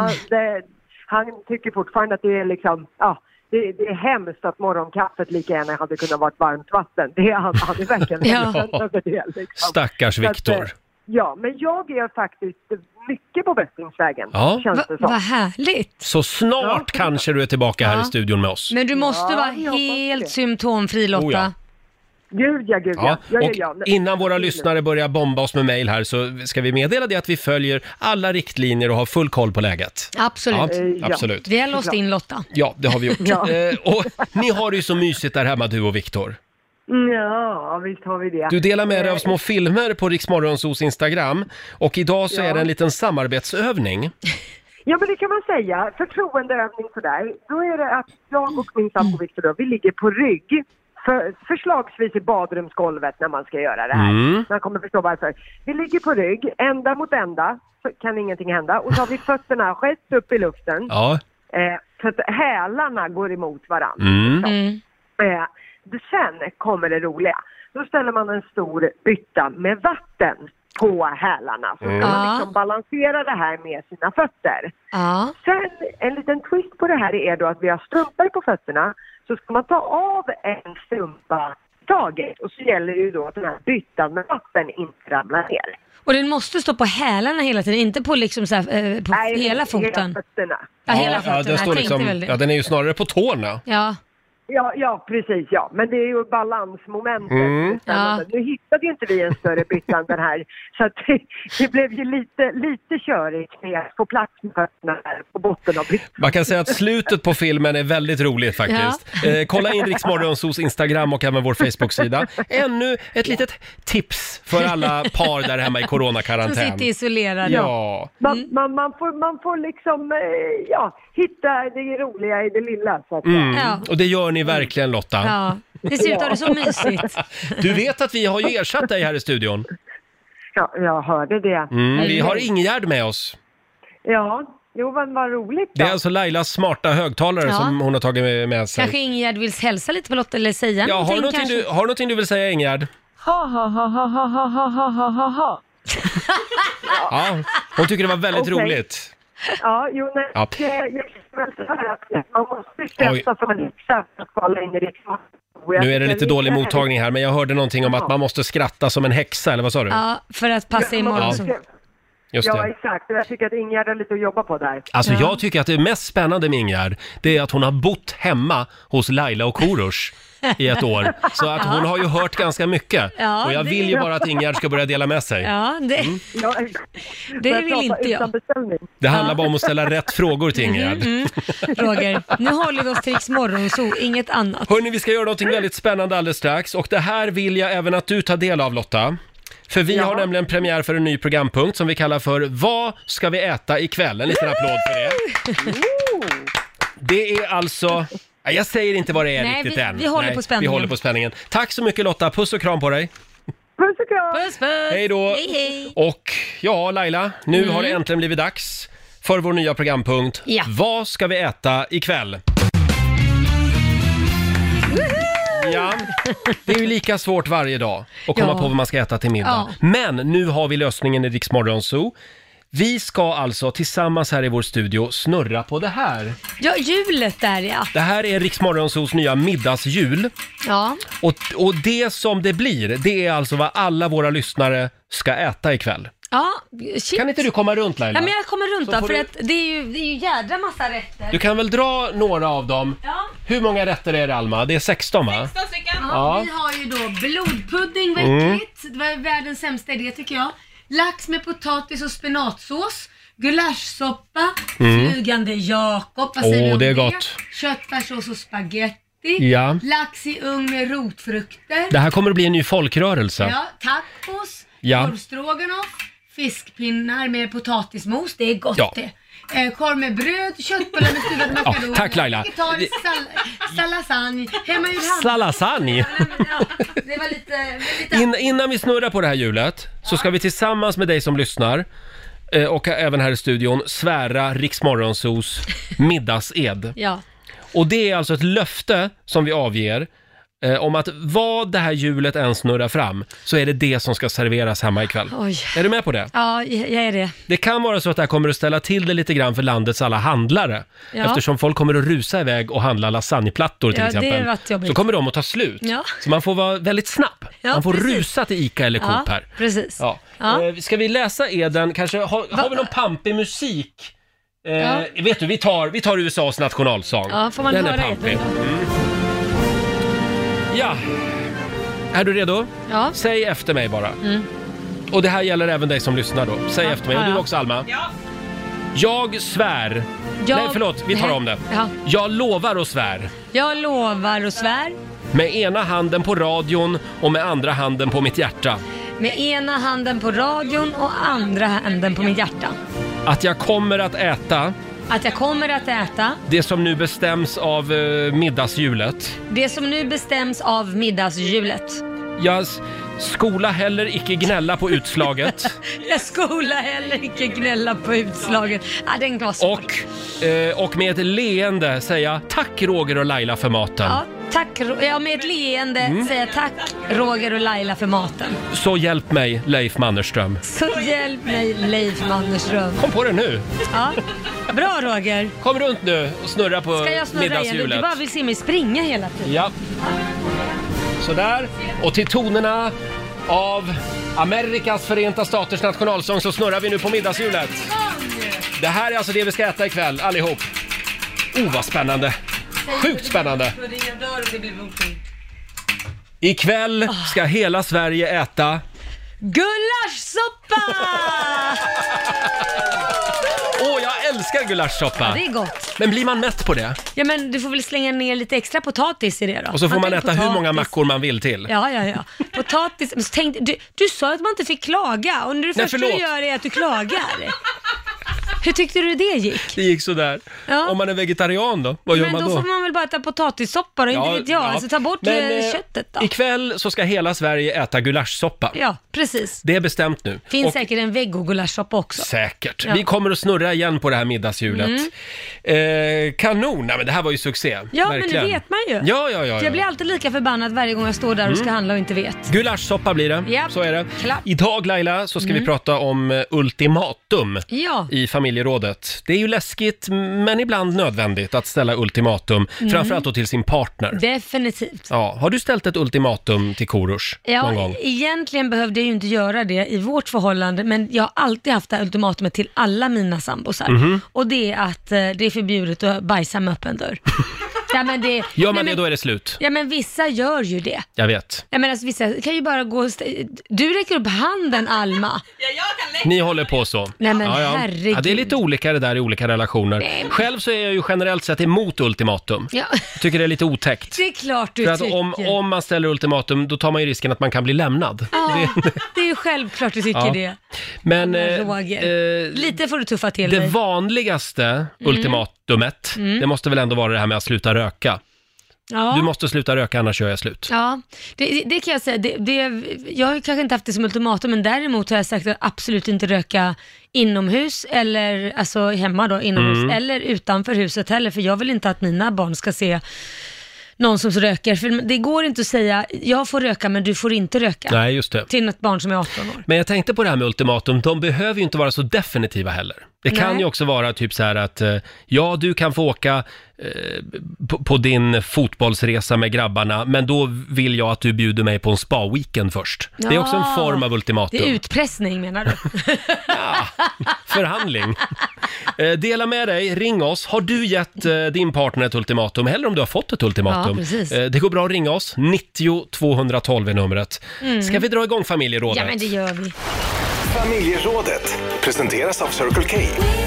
Han tycker fortfarande att det är liksom, det är hemskt att morgonkaffet lika gärna hade kunnat vara varmt vatten. Det är han är verkligen över det. Liksom. Stackars Viktor. Ja, men jag är faktiskt mycket på bättringsvägen. Ja. Känns det som. Vad härligt. Så snart kanske du är tillbaka här i studion med oss. Men du måste vara helt symptomfri, Lotta. Oh ja. Gud ja. Och innan våra lyssnare börjar bomba oss med mejl här så ska vi meddela det att vi följer alla riktlinjer och har full koll på läget. Absolut. Ja, absolut. Vi har låst in Lotta. Ja, det har vi gjort. Och ni har det ju så mysigt där hemma, du och Viktor. Ja, visst har vi det. Du delar med dig av små filmer på Rix Morgonzos Instagram. Och idag så är det en liten samarbetsövning. Ja, men det kan man säga. Förtroendeövning sådär. Då är det att jag och min sambo Viktor då, vi ligger på rygg. Förslagsvis i badrumsgolvet när man ska göra det här. Man kommer förstå varför. Vi ligger på rygg, ända mot ända. Så kan ingenting hända. Och så har vi fötterna rätt upp i luften. Ja. Så att hälarna går emot varandra. Sen kommer det roliga. Då ställer man en stor bytta med vatten på hälarna. Så ska man liksom balansera det här med sina fötter. Sen en liten twist på det här är då att vi har strumpor på fötterna. Så ska man ta av en strumpa taget. Och så gäller det ju då att den här byttan med vatten inte ramlar ner. Och den måste stå på hälarna hela tiden, inte på liksom så här, på hela foten. Hela fötterna. Ja, hela fötterna. Den står liksom, den är ju snarare på tårna. Ja, precis, ja. Men det är ju balansmomentet. Nu hittade ju inte vi en större bytta än den här. Så att det blev ju lite körigt med att få plats med fötterna här på botten av byttan. Man kan säga att slutet på filmen är väldigt roligt faktiskt. Kolla in Rix Morgonzos Instagram och även vår Facebook-sida. Ännu ett litet tips för alla par där hemma i coronakarantän. Som sitter isolerade. Ja. Man får liksom hitta det roliga i det lilla. Så att, Och det gör ni verkligen, Lotta. Ja, det ser ut att det så mysigt. Du vet att vi har ju ersatt dig här i studion. Ja, jag hörde det. Vi har Ingegärd med oss. Ja, vad roligt då. Det är alltså Lailas smarta högtalare som hon har tagit med sig. Kanske Ingegärd vill hälsa lite på Lotta eller säga någonting. Har du någonting du vill säga, Ingegärd? Ha. Ja, hon tycker det var väldigt roligt. Ja, jag man måste skratta för man för att kvala in i det. Nu är det lite dålig mottagning här, men jag hörde någonting om att man måste skratta som en häxa, eller vad sa du? Ja, för att passa imorgon. Just det. Ja, exakt. Jag tycker att Ingegärd har lite att jobba på där. Alltså jag tycker att det mest spännande med Ingegärd, det är att hon har bott hemma hos Laila och Korosh i ett år. Så att hon har ju hört ganska mycket. Ja, och jag vill ju bara att Ingegärd ska börja dela med sig. Ja, det vill inte jag. Det handlar bara om att ställa rätt frågor till Ingegärd. Roger, nu håller vi oss till Rix Morgonzoo, inget annat. Hörrni, vi ska göra någonting väldigt spännande alldeles strax. Och det här vill jag även att du tar del av, Lotta. För vi har nämligen premiär för en ny programpunkt som vi kallar för Vad ska vi äta ikväll? En liten applåd för det. Det är alltså... Jag säger inte vad det är riktigt än. Vi håller på spänningen. Vi håller på spänningen. Tack så mycket, Lotta. Puss och kram på dig. Puss och kram. Puss. Hej då. Hej. Och ja, Laila, nu har det äntligen blivit dags för vår nya programpunkt. Ja. Vad ska vi äta ikväll? Ja, det är ju lika svårt varje dag att komma på vad man ska äta till middag. Men nu har vi lösningen i Rix Morgonzoo. Vi ska alltså tillsammans här i vår studio snurra på det här. Ja, hjulet där ja. Det här är Rix Morgonzos nya middagshjul. Ja. Och det som det blir, det är alltså vad alla våra lyssnare ska äta ikväll. Ja, shit. Kan inte du komma runt, Laila? Ja, men jag kommer runt Så då, för du... att det är ju jädra massa rätter. Du kan väl dra några av dem? Ja. Hur många rätter är det, Alma? Det är 16, va? 16 stycken. Ja. Vi har ju då blodpudding, verkligt. Det var världens sämsta idé tycker jag. Lax med potatis och spenatsås. Gulaschsoppa. Flygande Jakob, vad säger du om det är gott. Köttfärssås och spaghetti. Ja. Lax i ugn med rotfrukter. Det här kommer att bli en ny folkrörelse. Ja, tacos. Ja. Korvstroganoff. Fiskpinnar med potatismos, det är gott Ja. det. Korv med bröd, köttbullar med stuvade makaroner. Tack, Laila. Vegetarisk salasagne, hemmagjord Salasagne. Det var lite... Innan vi snurrar på det här hjulet så ska vi tillsammans med dig som lyssnar och även här i studion svära Rix Morgonzos middagsed. Ja. Och det är alltså ett löfte som vi avger om att vad det här hjulet än snurrar fram så är det det som ska serveras hemma ikväll. Oj. Är du med på det? Ja, jag är det. Det kan vara så att det här kommer att ställa till det lite grann för landets alla handlare. Ja. Eftersom folk kommer att rusa iväg och handla lasagneplattor till Ja, exempel. det har varit jobbigt. Så kommer de att ta slut. Ja. Så man får vara väldigt snabb. Ja, Man får precis. rusa till Ica eller Coop här. Precis. Ja. Ja. Ska vi läsa eden? Kanske har vi någon pampig musik? Ja. Vet du, vi tar USAs nationalsång. Ja, får man Den höra är pampig. eden då? Ja. Är du redo? Ja. Säg efter mig bara. Och det här gäller även dig som lyssnar då. Säg efter mig. Och du också, Alma. Ja. Jag svär. Nej, förlåt. Vi tar om det. Ja. Jag lovar och svär. Jag lovar och svär. Med ena handen på radion och med andra handen på mitt hjärta. Med ena handen på radion och andra handen på mitt hjärta. Att jag kommer att äta Att jag kommer att äta det som nu bestäms av middagshjulet. det som nu bestäms av middagshjulet. Jag skola heller icke gnälla på utslaget. Jag skola heller inte gnälla på utslaget. Ja, den var svår. Och med ett leende säga tack Roger och Laila för maten. Ja, tack. Ja, med ett leende säger tack Roger och Laila för maten. Så hjälp mig Leif Mannerström. Så hjälp mig Leif Mannerström. Kom på det nu. Ja, bra Roger. Kom runt nu och snurra på Ska jag snurra igen? middagshjulet. Du bara vill se mig springa hela tiden. Ja. Sådär. Och till tonerna av Amerikas Förenta Staters nationalsång så snurrar vi nu på middagshjulet. Det här är alltså det vi ska äta ikväll, allihop. Vad spännande. Sjukt spännande. Ikväll ska hela Sverige äta gulaschsoppa! Jag älskar gulaschsoppa. Ja, det är gott. Men blir man mätt på det? Ja, men du får väl slänga ner lite extra potatis i det då. Och så får man Antingen äta hur många mackor man vill till. Ja. Potatis. Men så tänkte, du sa att man inte fick klaga och det första du gör är att du klagar. Hur tyckte du det gick? Det gick sådär. Ja. Om man är vegetarian då? Vad gör man då? Men då får man väl bara äta potatissoppa och inte vet jag. Alltså ta bort köttet då. Ikväll så ska hela Sverige äta gulaschsoppa. Ja, precis. Det är bestämt nu. Finns säkert en vegogulaschsoppa också. Säkert. Ja. Vi kommer att snurra igen på det här middagshjulet. Kanon! Nej, men det här var ju succé. Ja, verkligen. men det vet man ju. Ja. Jag blir alltid lika förbannad varje gång jag står där och ska handla och inte vet. Gulaschsoppa blir det. Ja. Så är det. Klart. Idag, Laila, så ska vi prata om ultimatum i familjerådet. Det är ju läskigt, men ibland nödvändigt att ställa ultimatum. Framförallt då till sin partner. Definitivt. Ja. Har du ställt ett ultimatum till Korosh någon gång? Egentligen behövde jag ju inte göra det i vårt förhållande, men jag har alltid haft det här ultimatumet till alla mina sambosar. Och det är att det är förbjudet att bajsa med öppen dörr. Ja, men det, gör man det då är det slut. Ja, men vissa gör ju det. Jag vet. Jag menar, alltså, vissa kan ju bara gå... Du räcker upp handen, Alma. Ni håller på så. Nej, men herregud. Ja, det är lite olika det där i olika relationer. Nej. Själv så är jag ju generellt sett emot ultimatum. Ja. Jag tycker det är lite otäckt. Det är klart du För att tycker. om man ställer ultimatum, då tar man ju risken att man kan bli lämnad. Ja, det är ju självklart du tycker det. Men Roger, lite får du tuffa till det dig. vanligaste ultimatumet, det måste väl ändå vara det här med att sluta röka. Ja. Du måste sluta röka, annars gör jag slut. Ja, det kan jag säga. Jag har kanske inte haft det som ultimatum, men däremot har jag sagt att absolut inte röka inomhus eller alltså hemma då inomhus eller utanför huset heller, för jag vill inte att mina barn ska se någon som röker. För det går inte att säga, jag får röka men du får inte röka. Nej, just det. Till ett barn som är 18 år. Men jag tänkte på det här med ultimatum, de behöver ju inte vara så definitiva heller. Det kan ju också vara typ så här att, ja, du kan få åka på din fotbollsresa med grabbarna, men då vill jag att du bjuder mig på en spa-weekend först. Det är också en form av ultimatum. Det är utpressning, menar du? Förhandling. Dela med dig, ring oss. Har du gett din partner ett ultimatum, eller om du har fått ett ultimatum? Ja, precis. Det går bra att ringa oss. 90 212 är numret. Ska vi dra igång familjerådet? Ja, men det gör vi. Familjerådet presenteras av Circle K.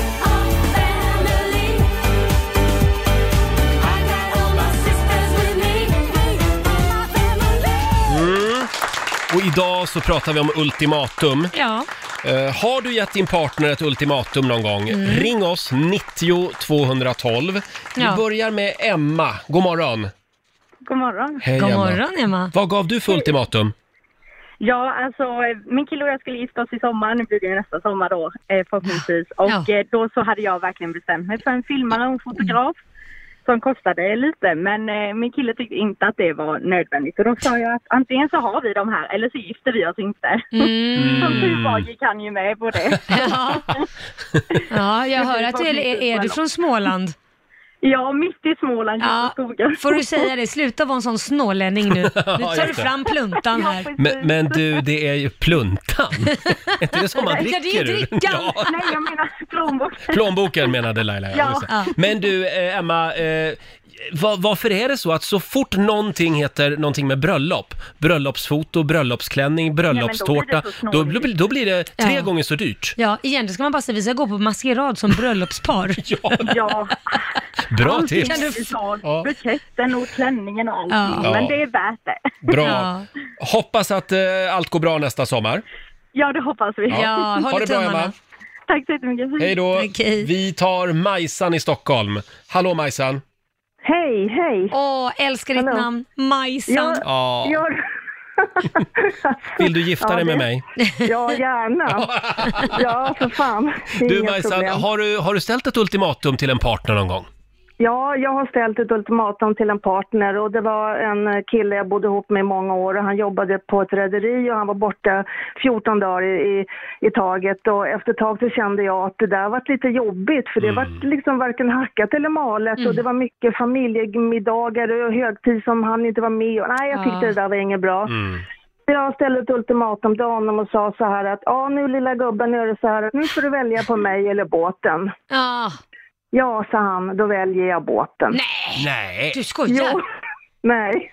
Och idag så pratar vi om ultimatum. Ja. Har du gett din partner ett ultimatum någon gång? Ring oss, 90 212. Vi börjar med Emma. God morgon. God morgon. Hej, God Emma. morgon, Emma. Vad gav du för ultimatum? Ja, alltså min kille och jag skulle gifta oss i sommar. Nu blir det nästa sommar då, förhoppningsvis. Och då så hade jag verkligen bestämt mig för en filmare och en fotograf som kostade lite. Men min kille tyckte inte att det var nödvändigt. Och då sa jag att antingen så har vi de här eller så gifter vi oss inte. Som tur var gick han ju med på det. Ja, jag hör att är du från Småland? Ja, mitt i Småland, i skogen. Får du säga det, sluta vara en sån snålänning nu. Nu tar du fram pluntan här. Men du, det är ju pluntan. Är inte det som man dricker? Ja, det är drickan. Ja. Nej, jag menar plånboken. Plånboken menade Laila. Ja. Men du, Emma, varför är det så att så fort någonting heter någonting med bröllop, bröllopsfoto, bröllopsklänning, bröllopstårta, då blir det 3 gånger så dyrt? Ja, egentligen ska man bara säga vi ska gå på maskerad som bröllopspar. Ja. Bra tips. Buketten och klänningen och allting, men det är värt det. Bra. Ja. Hoppas att allt går bra nästa sommar. Ja, det hoppas vi. Ja, Ha det bra, Emma. Tack så jättemycket. Hej då. Okej. Vi tar Majsan i Stockholm. Hallå Majsan. Hej. Älskar ditt namn. Majsan. Ja. Vill du gifta dig med mig? Ja, gärna. Ja, för fan. Du Majsan, har du ställt ett ultimatum till en partner någon gång? Ja, jag har ställt ett ultimatum till en partner och det var en kille jag bodde ihop med i många år och han jobbade på ett rederi och han var borta 14 dagar i taget och efter ett tag så kände jag att det där var lite jobbigt för det var liksom varken hackat eller malet och det var mycket familjemiddagar och högtid som han inte var med och nej, jag tyckte det där var inget bra. Jag ställde ett ultimatum till honom och sa så här att nu lilla gubben, nu är det så här att nu får du välja på mig eller båten. Ja, sa han, då väljer jag båten. Nej. Du skojar? Jo. Nej.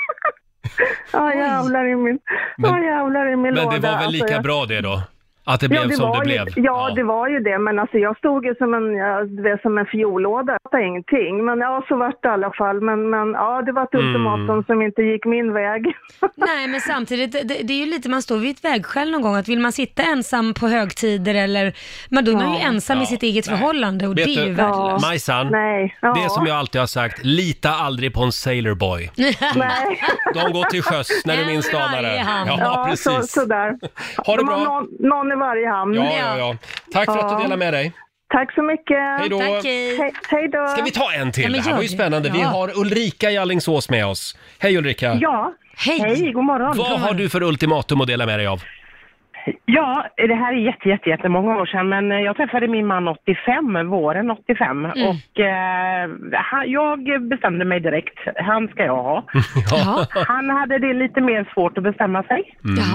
Jävlar i min låda. Men det var väl lika bra det då? Att det blev som det blev? Ja, det var ju det. Men alltså jag stod ju som en fiollåda. Det var ingenting. Men så var det i alla fall. Men det var ett ultimatum som inte gick min väg. Nej, men samtidigt, det är ju lite, man står vid ett vägskäl någon gång. Att vill man sitta ensam på högtider eller... Men då är man ju ensam i sitt eget förhållande och det är ju värdelöst. Majsan, det som jag alltid har sagt, lita aldrig på en sailorboy. Nej. De går till sjöss när du minst anar det. Ja, precis. Sådär. Ha det bra. Någon i varje hamn. Ja. Tack för att du delar med dig. Tack så mycket. Hej då. Hej då. Ska vi ta en till? Det här var ju spännande. Vi har Ulrika i Alingsås med oss. Hej Ulrika. Ja, hej, god morgon. Vad har du för ultimatum att dela med dig av? Ja, det här är jättemånga år sedan, men jag träffade min man våren 85 och jag bestämde mig direkt, han ska jag ha. Han hade det lite mer svårt att bestämma sig.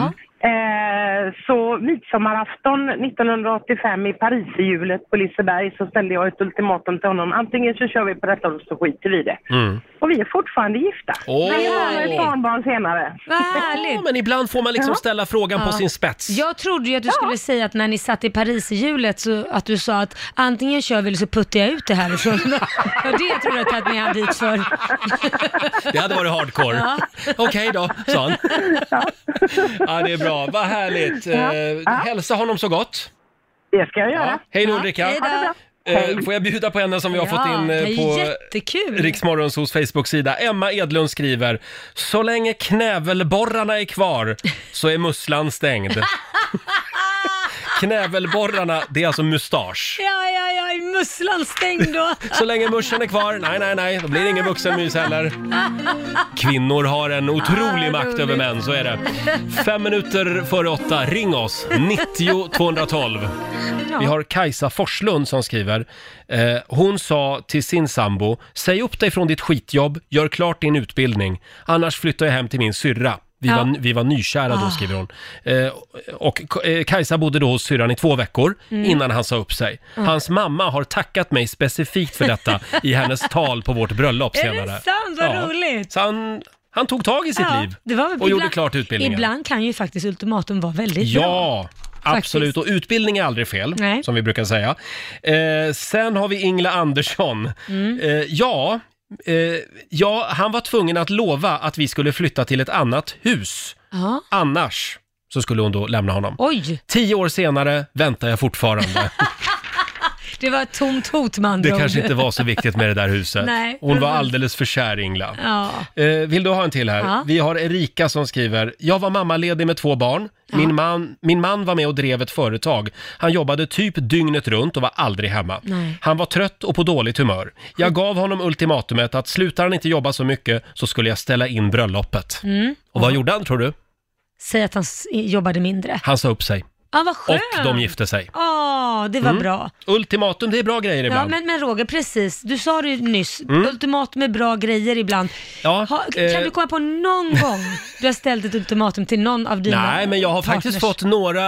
Så midsommarafton 1985 i Paris-hjulet på Liseberg så ställde jag ett ultimatum till honom. Antingen så kör vi på detta och så skiter vi i det. Och vi är fortfarande gifta. Vi har ett barnbarn senare. Vad härligt. Men ibland får man liksom ställa frågan på sin spets. Jag trodde ju att du skulle säga att när ni satt i Paris-hjulet så att du sa att antingen kör vi eller så puttar jag ut det härifrån. Och det tror jag att ni hade dit för. Det hade varit hardcore. Okej då, sa han. Ja, det är bra. Vad härligt. Hälsa honom så gott. Det ska jag göra. Hej då Ulrika. Får jag bjuda på en som vi har fått in på Riksmorgonsos Facebook-sida. Emma Edlund skriver: så länge knävelborrarna är kvar så är musslan stängd. Knävelborrarna, det är alltså mustasch. Ja, Musslan stäng då. Så länge muschen är kvar, nej, då blir det ingen vuxenmys heller. Kvinnor har en otrolig makt över män, så är det. 5 minuter före 8, ring oss, 90 212. Vi har Kajsa Forslund som skriver, hon sa till sin sambo, säg upp dig från ditt skitjobb, gör klart din utbildning, annars flyttar jag hem till min syrra. Vi var nykära då, skriver hon. Och Kajsa bodde då hos syrran i 2 veckor innan han sa upp sig. Hans mamma har tackat mig specifikt för detta i hennes tal på vårt bröllop senare. Är det sant? Vad roligt! Så han tog tag i sitt liv och gjorde klart utbildningen. Ibland kan ju faktiskt ultimatum vara väldigt bra. Ja, absolut. Och utbildning är aldrig fel, som vi brukar säga. Sen har vi Ingela Andersson. Han var tvungen att lova att vi skulle flytta till ett annat hus. Annars så skulle hon då lämna honom. Oj! 10 år senare väntar jag fortfarande. Det var ett tomt hot, man. Det kanske inte var så viktigt med det där huset. Nej. Hon var alldeles för kär, Ingela. Ja. Vill du ha en till här? Ja. Vi har Erika som skriver, jag var mammaledig med 2 barn. Min man var med och drev ett företag. Han jobbade typ dygnet runt och var aldrig hemma. Nej. Han var trött och på dåligt humör. Jag gav honom ultimatumet att slutar han inte jobba så mycket så skulle jag ställa in bröllopet. Och vad gjorde han, tror du? Säg att han jobbade mindre. Han sa upp sig. Vad skönt. Och de gifte sig. Det var bra. Ultimatum, det är bra grejer ibland. Ja, men Roger, precis. Du sa det ju nyss. Ultimatum är bra grejer ibland. Ja, kan du komma på någon gång du har ställt ett ultimatum till någon av dina Nej, men jag har faktiskt fått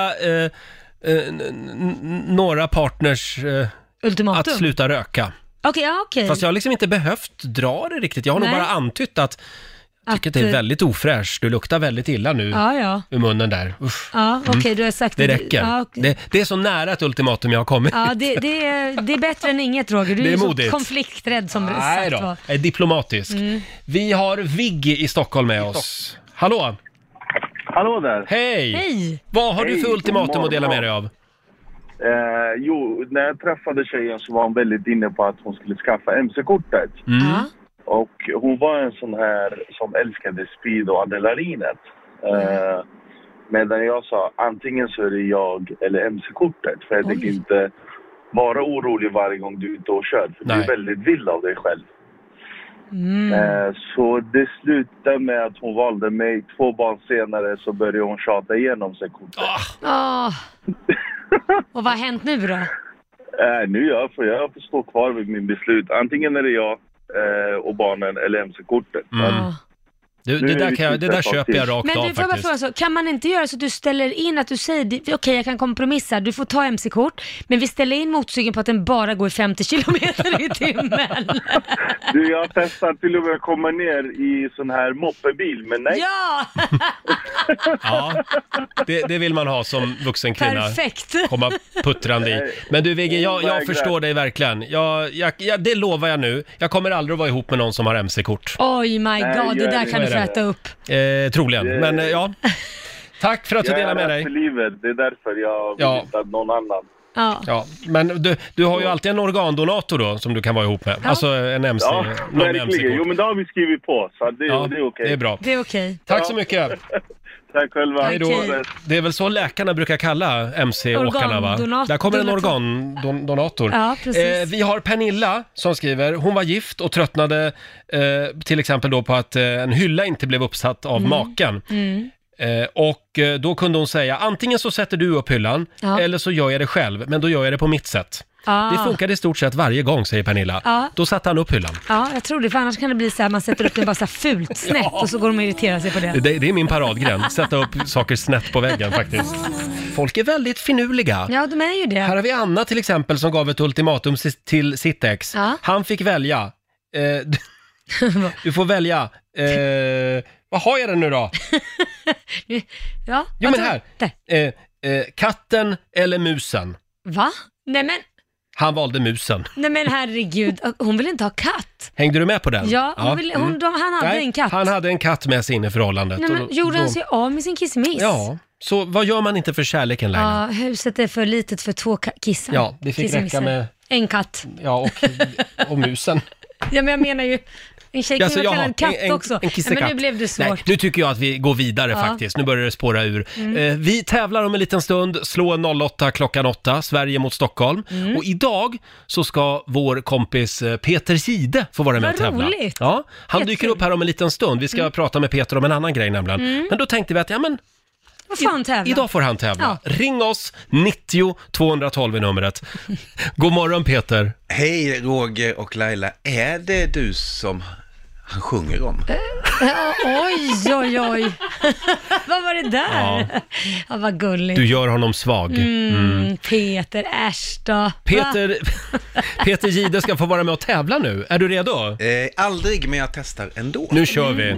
några partners att sluta röka. Okej. Fast jag har liksom inte behövt dra det riktigt. Jag har nog bara antytt att jag tycker att det är väldigt ofräscht. Du luktar väldigt illa nu ur munnen där. Usch. Ja, okej, du har sagt det räcker. Ja, okay. Det är så nära ett ultimatum jag har kommit. Ja, det är bättre än inget, Roger. Du är så konflikträdd som Nej sagt då, var. jag är diplomatisk. Vi har Viggy i Stockholm med oss. Hallå? Hallå där. Hej. Vad har du för ultimatum att dela med dig av? När jag träffade tjejen så var hon väldigt inne på att hon skulle skaffa MC-kortet. Och hon var en sån här som älskade speed och adrenalinet. Medan jag sa, antingen så är det jag eller MC-kortet. För jag tänker inte vara orolig varje gång du är ute och kör. För du är väldigt vild av dig själv. Så det slutade med att hon valde mig. 2 barn senare så började hon tjata igenom sig kortet. Och vad har hänt nu då? Nu jag får stå kvar vid min beslut. Antingen är det jag och barnen eller MC-kortet. Det där köper jag rakt av faktiskt. Men du får bara fråga så, kan man inte göra så att du ställer in att du säger, okej, jag kan kompromissa, du får ta MC-kort, men vi ställer in motorcykeln på att den bara går 50 kilometer i timmen. Jag har testat till och med att komma ner i sån här moppebil, men nej. Ja, det vill man ha som vuxen kvinna. Perfekt. Komma puttrande i. Men du Vigge, jag förstår dig verkligen. Det lovar jag nu. Jag kommer aldrig att vara ihop med någon som har MC-kort. Oj my god, det där kan du få äta upp. Troligen, men ja. Tack för att du delar med dig. För livet. Det är därför jag vill inte att någon annan. Ja, men du har ju alltid en organdonator då som du kan vara ihop med. Alltså en MC. Ja, verkligen. Jo, men det har vi skrivit på. Så det är okej. Det är bra. Det är okej. Tack så mycket. Tack själva. Hej då. Det är väl så läkarna brukar kalla MC-åkarna, va? Där kommer en organdonator. Ja, precis. Vi har Pernilla som skriver, hon var gift och tröttnade till exempel då på att en hylla inte blev uppsatt av maken. Och då kunde hon säga, antingen så sätter du upp hyllan eller så gör jag det själv, men då gör jag det på mitt sätt. Det funkade i stort sett varje gång, säger Pernilla. Då satte han upp hyllan. Ja, jag tror det, för annars kan det bli så här, man sätter upp den bara så här fult snett och så går de och irriterar sig på det. Det är min paradgren, sätta upp saker snett på väggen faktiskt. Folk är väldigt finurliga. Ja, de är ju det. Här har vi Anna till exempel som gav ett ultimatum till sitt ex. Han fick välja. Du får välja. Vad har jag den nu då? Jo men här. Katten eller musen? Va? Nej men... Han valde musen. Nej men herregud, hon vill inte ha katt. Hängde du med på den? Ja, han hade en katt. Han hade en katt med sig in i förhållandet. Nej, men gjorde han sig av med sin kissemiss? Ja, så vad gör man inte för kärleken längre? Ja, huset är för litet för 2 kissar. Ja, det fick räcka med... En katt. Ja, och musen. Ja, men jag menar ju... En tjej kan vara kallad katt också. En kissekatt. Men nu blev det svårt. Nej, nu tycker jag att vi går vidare faktiskt. Nu börjar det spåra ur. Vi tävlar om en liten stund. Slå en 08 klockan 8. Sverige mot Stockholm. Och idag så ska vår kompis Peter Gide få vara med och tävla. Roligt. Ja, han dyker upp här om en liten stund. Vi ska prata med Peter om en annan grej nämligen. Men då tänkte vi att idag får han tävla. Ja. Ring oss, 90 212 är numret. God morgon Peter. Hej Roger och Laila. Är det du som han sjunger om? Oj. Vad var det där? Ja, vad gulligt. Du gör honom svag. Peter, äsch då. Peter Gide ska få vara med och tävla nu. Är du redo? Aldrig, men jag testar ändå. Nu kör vi.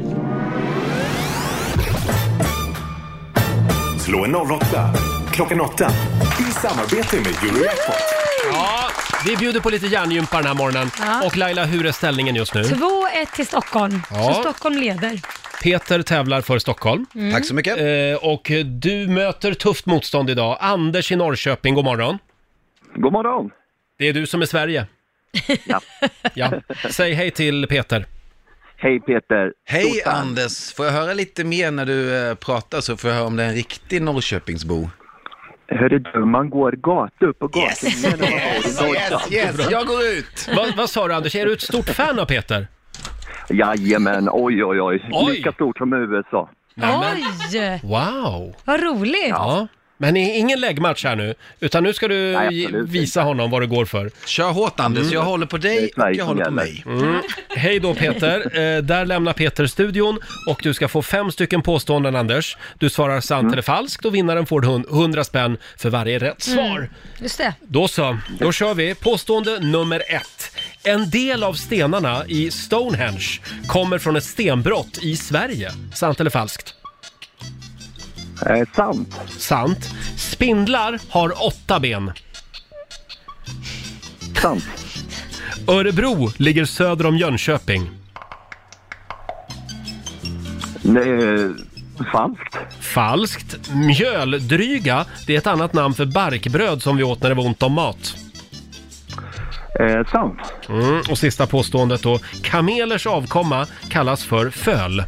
Slå en 08 klockan 8 i samarbete med Eurojackpot. Ja, vi bjuder på lite hjärngympa den här morgonen. Ja. Och Laila, hur är ställningen just nu? 2-1 till Stockholm. Ja. Så Stockholm leder. Peter tävlar för Stockholm. Tack så mycket. Och du möter tufft motstånd idag. Anders i Norrköping, god morgon. God morgon. Det är du som är Sverige. Ja. Säg hej till Peter. Hej Peter. Hej Anders. Får jag höra lite mer när du pratar så får jag höra om det är en riktig Norrköpingsbo? Hörru du, man går gata upp och gata. Yes, jag går ut. Vad sa du Anders, är du ett stort fan av Peter? Jajamän, oj. Lika stort som USA. Oj! Wow. Vad roligt. Ja. Men ingen läggmatch här nu, utan nu ska du visa honom vad det går för. Kör hårt Anders, jag håller på dig och jag håller på mig. Hej då Peter, där lämnar Peter studion och du ska få 5 stycken påståenden Anders. Du svarar sant eller falskt och vinnaren får 100 spänn för varje rätt svar. Just det. Då kör vi. Påstående nummer 1. En del av stenarna i Stonehenge kommer från ett stenbrott i Sverige. Sant eller falskt? Sant. Spindlar har 8 ben. Sant. Örebro ligger söder om Jönköping. Falskt. Mjöldryga, det är ett annat namn för barkbröd som vi åt när det var ont om mat. Sant. Och sista påståendet då. Kamelers avkomma kallas för föl.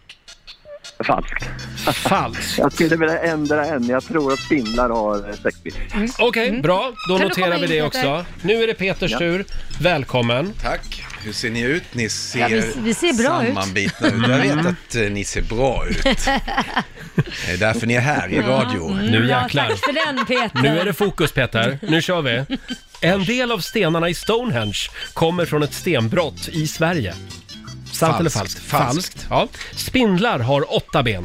Falskt. Jag skulle vilja ändra en. Jag tror att spindlar har 6 ben. Okej, bra. Då noterar vi det också. Nu är det Peters tur. Välkommen. Tack. Hur ser ni ut? Ni ser, vi ser bra sammanbitna ut. Jag vet att ni ser bra ut. Det är därför ni är här i radio. Nu jäklar. Tack för den Peter. Nu är det fokus Peter. Nu kör vi. En del av stenarna i Stonehenge kommer från ett stenbrott i Sverige. Sant eller falskt? Falskt. Ja. Spindlar har 8 ben.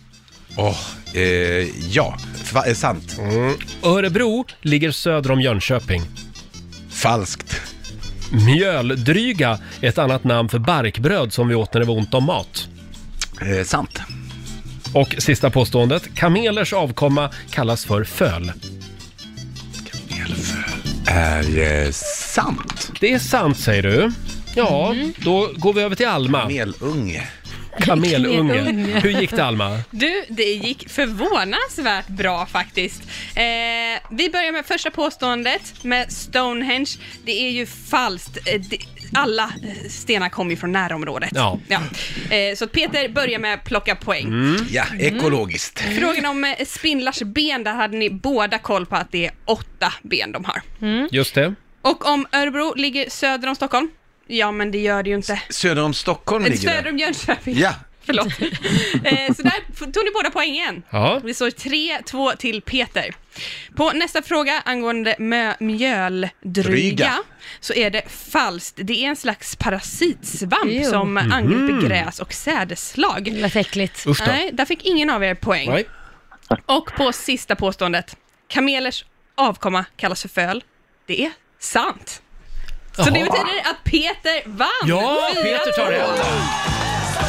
Sant. Örebro ligger söder om Jönköping. Falskt. Mjöldryga är ett annat namn för barkbröd som vi åt när det var ont om mat. Sant. Och sista påståendet. Kamelers avkomma kallas för föl. Kamelföl är sant. Det är sant säger du. Ja, då går vi över till Alma. Kamelunge. Hur gick det Alma? Du, det gick förvånansvärt bra faktiskt. Vi börjar med första påståendet med Stonehenge. Det är ju falskt. Alla stenar kommer ju från närområdet. Ja. Så Peter börjar med att plocka poäng. Ja, ekologiskt. Frågan om spindlars ben, där hade ni båda koll på att det är 8 ben de har. Just det. Och om Örebro ligger söder om Stockholm? Ja, men det gör det ju inte. Söder om Stockholm ligger det? Söder om Jönköping. Ja. Förlåt. Så där tog ni båda poängen. Ja. Det står 3-2 till Peter. På nästa fråga angående mjöldryga så är det falskt. Det är en slags parasitsvamp som angriper gräs och sädesslag. Det var äckligt. Nej, där fick ingen av er poäng. Nej. Och på sista påståendet. Kamelers avkomma kallas för föl. Det är sant. Så det betyder att Peter vann. Ja, Peter tar det.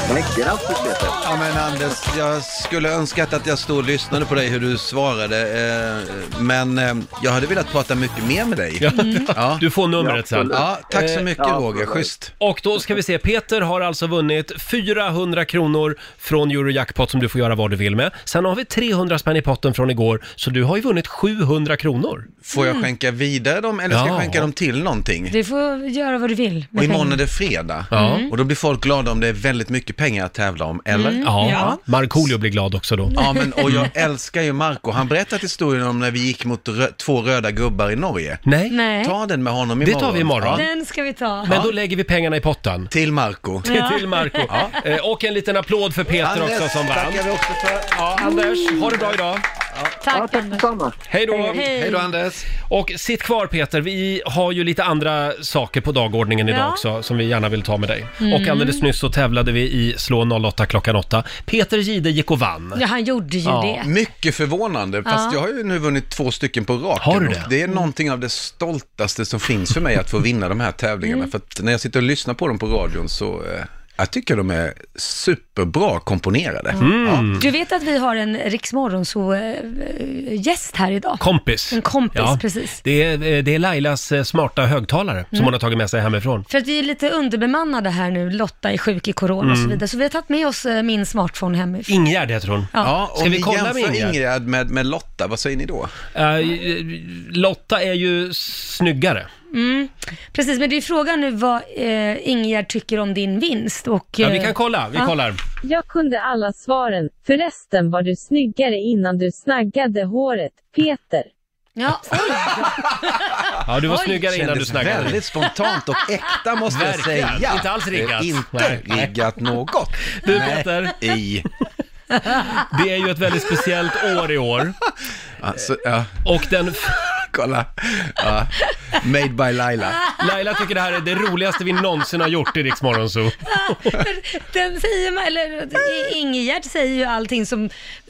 Nej, grattis Peter. Ja men Anders, jag skulle önskat att jag stod och lyssnade på dig hur du svarade. Men jag hade velat prata mycket mer med dig. Ja. Du får numret sen. Ja, tack så mycket Roger, schysst. Och då ska vi se, Peter har alltså vunnit 400 kronor från Eurojackpot som du får göra vad du vill med. Sen har vi 300 spänn i potten från igår, så du har ju vunnit 700 kronor. Får jag skänka vidare dem eller ska jag skänka dem till någonting? Du får göra vad du vill. Och imorgon är det fredag. Och då blir folk glada om det är väldigt mycket pengar att tävla om, eller? Ja. Markoolio blir glad också då. Ja, men och jag älskar ju Marco. Han berättade historien om när vi gick mot 2 röda gubbar i Norge. Nej. Ta den med honom imorgon. Det tar vi imorgon. Den ska vi ta. Men då lägger vi pengarna i potten. Till Marco. Till Marco. Och en liten applåd för Peter Anders, också som vann. tackar vi också för. Ja, Anders, ha det bra idag. Tack Anders. Hej då. Hej då Anders. Och sitt kvar Peter, vi har ju lite andra saker på dagordningen idag också som vi gärna vill ta med dig. Och alldeles nyss så tävlade vi i Slå 08 klockan 8. Peter Gide gick och vann. Ja, han gjorde ju det. Mycket förvånande, fast jag har ju nu vunnit 2 stycken på raken. Har du det? Det är någonting av det stoltaste som finns för mig att få vinna de här tävlingarna. För att när jag sitter och lyssnar på dem på radion så... Jag tycker de är superbra komponerade. Du vet att vi har en Rix Morgonzoo-gäst här idag. Kompis. En kompis, precis. Det är Lailas smarta högtalare som hon har tagit med sig hemifrån. För att vi är lite underbemannade här nu. Lotta är sjuk i corona och så vidare. Så vi har tagit med oss min smartphone hemifrån. Ingegärd heter hon. Ska vi kolla med Ingegärd med Lotta? Vad säger ni då? Lotta är ju snyggare. Precis, men det är frågan nu vad Ingegärd tycker om din vinst. Och, vi kan kolla, vi kollar. Jag kunde alla svaren. Förresten var du snyggare innan du snaggade håret, Peter. Ja, oj. Ja, du var snyggare innan du snaggade. Väldigt spontant och äkta måste jag säga. Inte alls riggat. Inte riggat något. Du Peter. Det är ju ett väldigt speciellt år i år. Alltså, ja. Och den... Kolla. Ja. Made by Laila. Laila tycker det här är det roligaste vi någonsin har gjort i Rix Morgonzoo. Den säger man, eller Ingegärd säger ju allting som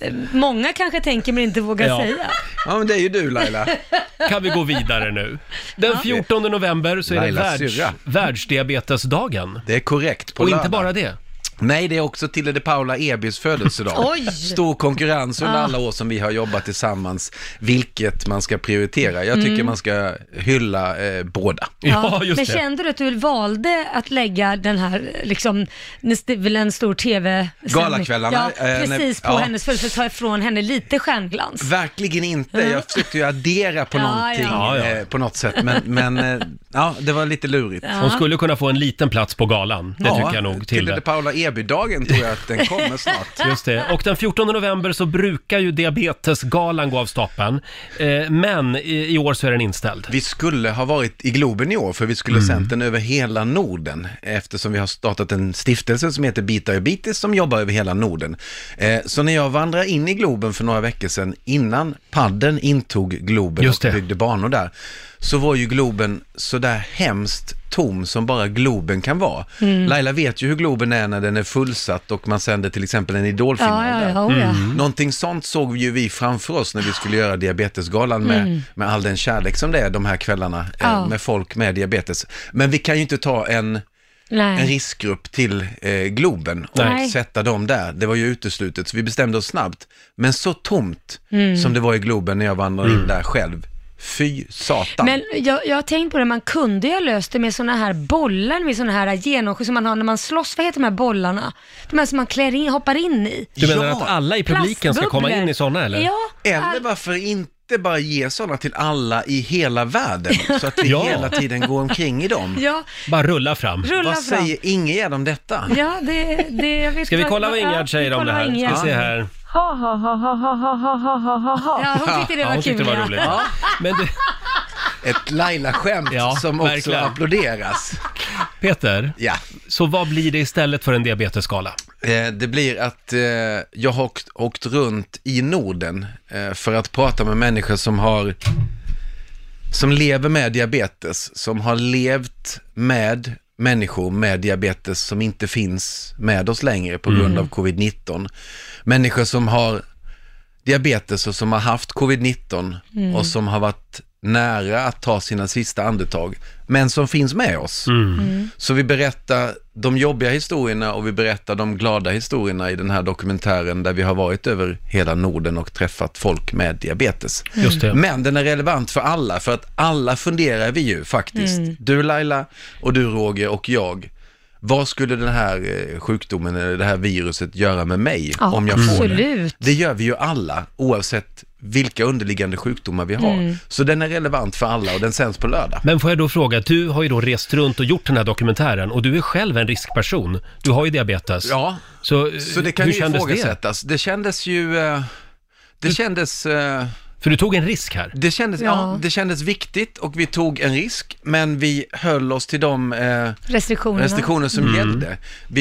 många kanske tänker men inte vågar säga. Ja, men det är ju du Laila. Kan vi gå vidare nu? Den 14 november så är det världsdiabetesdagen. Det är korrekt. På och lördag. inte bara det. Nej, det är också Tilde de Paula Ebys födelsedag. Oj. Stor konkurrens under alla år som vi har jobbat tillsammans, vilket man ska prioritera. Jag tycker man ska hylla båda. Ja, just men det. kände du att du valde att lägga den här, liksom, det är väl en stor tv galakvällarna. Precis på hennes födelsedag, för att ta ifrån henne lite stjärnglans. Verkligen inte. Jag försökte ju addera på någonting på något sätt, men det var lite lurigt. Hon skulle kunna få en liten plats på galan, det tycker jag nog. Tilde de Paula Eby-dagen tror jag att den kommer snart. Just det. Och den 14 november så brukar ju diabetesgalan gå av stapeln. Men i år så är den inställd. Vi skulle ha varit i Globen i år, för vi skulle sänt den över hela Norden, eftersom vi har startat en stiftelse som heter Bita Diabetes som jobbar över hela Norden. Så när jag vandrade in i Globen för några veckor sedan, innan padden intog Globen och byggde banor där, så var ju Globen så där hemskt tom som bara Globen kan vara. Laila vet ju hur Globen är när den är fullsatt och man sänder till exempel en idolfinal där. Någonting sånt såg ju vi framför oss när vi skulle göra diabetesgalan med all den kärlek som det är de här kvällarna med folk med diabetes. Men vi kan ju inte ta en riskgrupp till Globen och sätta dem där. Det var ju uteslutet, så vi bestämde oss snabbt. Men så tomt som det var i Globen när jag vandrade in där själv. Fy satan. Men jag har tänkt på det, man kunde ju ha löst det med såna här bollar, med såna här genomskinliga som man har när man slåss. Vad heter de här bollarna? De här som man klär in, hoppar in i. Du menar att alla i publiken ska komma in i såna, eller? Ja. Eller varför inte bara ge sådana till alla i hela världen, så att vi hela tiden går omkring i dem. Ja. Bara rulla fram. Vad säger Ingegärd om detta? Ja, det jag vet. Ska vi kolla vad Ingegärd säger om det här? Ska vi se här. Ha ha ha ha ha ha ha ha ha ha. Ja, hon tyckte det var hon kul. Tyckte det var roligt. Ja. Men du... Ett Laila-skämt som också applåderas. Peter, så vad blir det istället för en diabetesskala? Det blir att jag har åkt runt i Norden för att prata med människor som lever med diabetes, som har levt med människor med diabetes som inte finns med oss längre på grund av covid-19. Människor som har diabetes och som har haft covid-19 och som har varit nära att ta sina sista andetag, men som finns med oss. Så vi berättar de jobbiga historierna och vi berättar de glada historierna i den här dokumentären där vi har varit över hela Norden och träffat folk med diabetes. Just det. Men den är relevant för alla, för att alla funderar vi ju faktiskt. Du Laila och du Roger och jag. Vad skulle den här sjukdomen eller det här viruset göra med mig om jag får det? Det gör vi ju alla, oavsett vilka underliggande sjukdomar vi har. Så den är relevant för alla och den sänds på lördag. Men får jag då fråga, du har ju då rest runt och gjort den här dokumentären och du är själv en riskperson. Du har ju diabetes. Ja, så det kan ju ifrågasättas. Det kändes ju... För du tog en risk här. Det kändes viktigt och vi tog en risk, men vi höll oss till de restriktioner som gällde.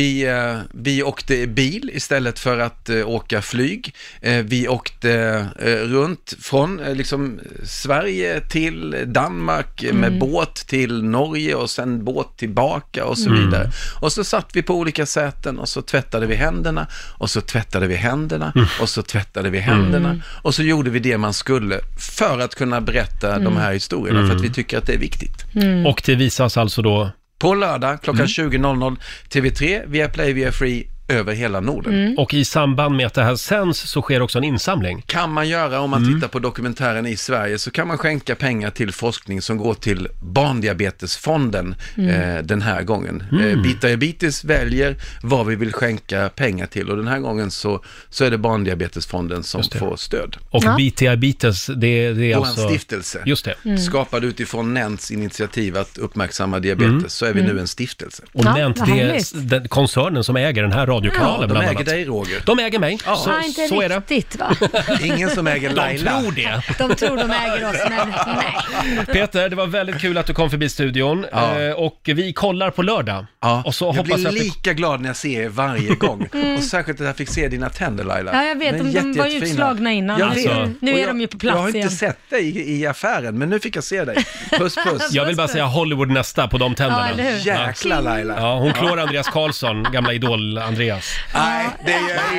Vi åkte bil istället för att åka flyg. Vi åkte runt från liksom Sverige till Danmark med båt till Norge och sen båt tillbaka och så vidare. Och så satt vi på olika säten och så tvättade vi händerna och så tvättade vi händerna och så tvättade vi händerna och så gjorde vi det man skulle för att kunna berätta de här historierna, för att vi tycker att det är viktigt. Och det visas alltså då? På lördag klockan 20.00 TV3, via Play, via Free, över hela Norden. Och i samband med att det här sänds så sker också en insamling. Kan man göra, om man tittar på dokumentären i Sverige, så kan man skänka pengar till forskning som går till Barndiabetesfonden den här gången. Bita-Diabetes väljer vad vi vill skänka pengar till, och den här gången så är det Barndiabetesfonden som får stöd. Och Bita-Diabetes, det är alltså... en stiftelse. Just det. Skapad utifrån Nents initiativ att uppmärksamma diabetes, så är vi nu en stiftelse. Och Nent, det är den koncernen som äger den här radiokanalen de bland äger annat. dig, Roger. De äger mig. Ja. Så är det. Riktigt, va? Ingen som äger Laila. De tror det. De tror de äger oss, men nej. Peter, det var väldigt kul att du kom förbi studion. Och vi kollar på lördag. Och så jag blir lika glad när jag ser er varje gång. Och särskilt att jag fick se dina tänder, Laila. Ja, jag vet. De var ju utslagna innan. Jag vet. Nu är de ju på plats igen. Jag har inte sett dig i affären, men nu fick jag se dig. Puss, puss. Jag vill bara säga Hollywood nästa på de tänderna. Ja, eller hur? Jäkla Laila. Ja, hon klår Andreas Karlsson, gamla idol Andreas. Nej, det gör jag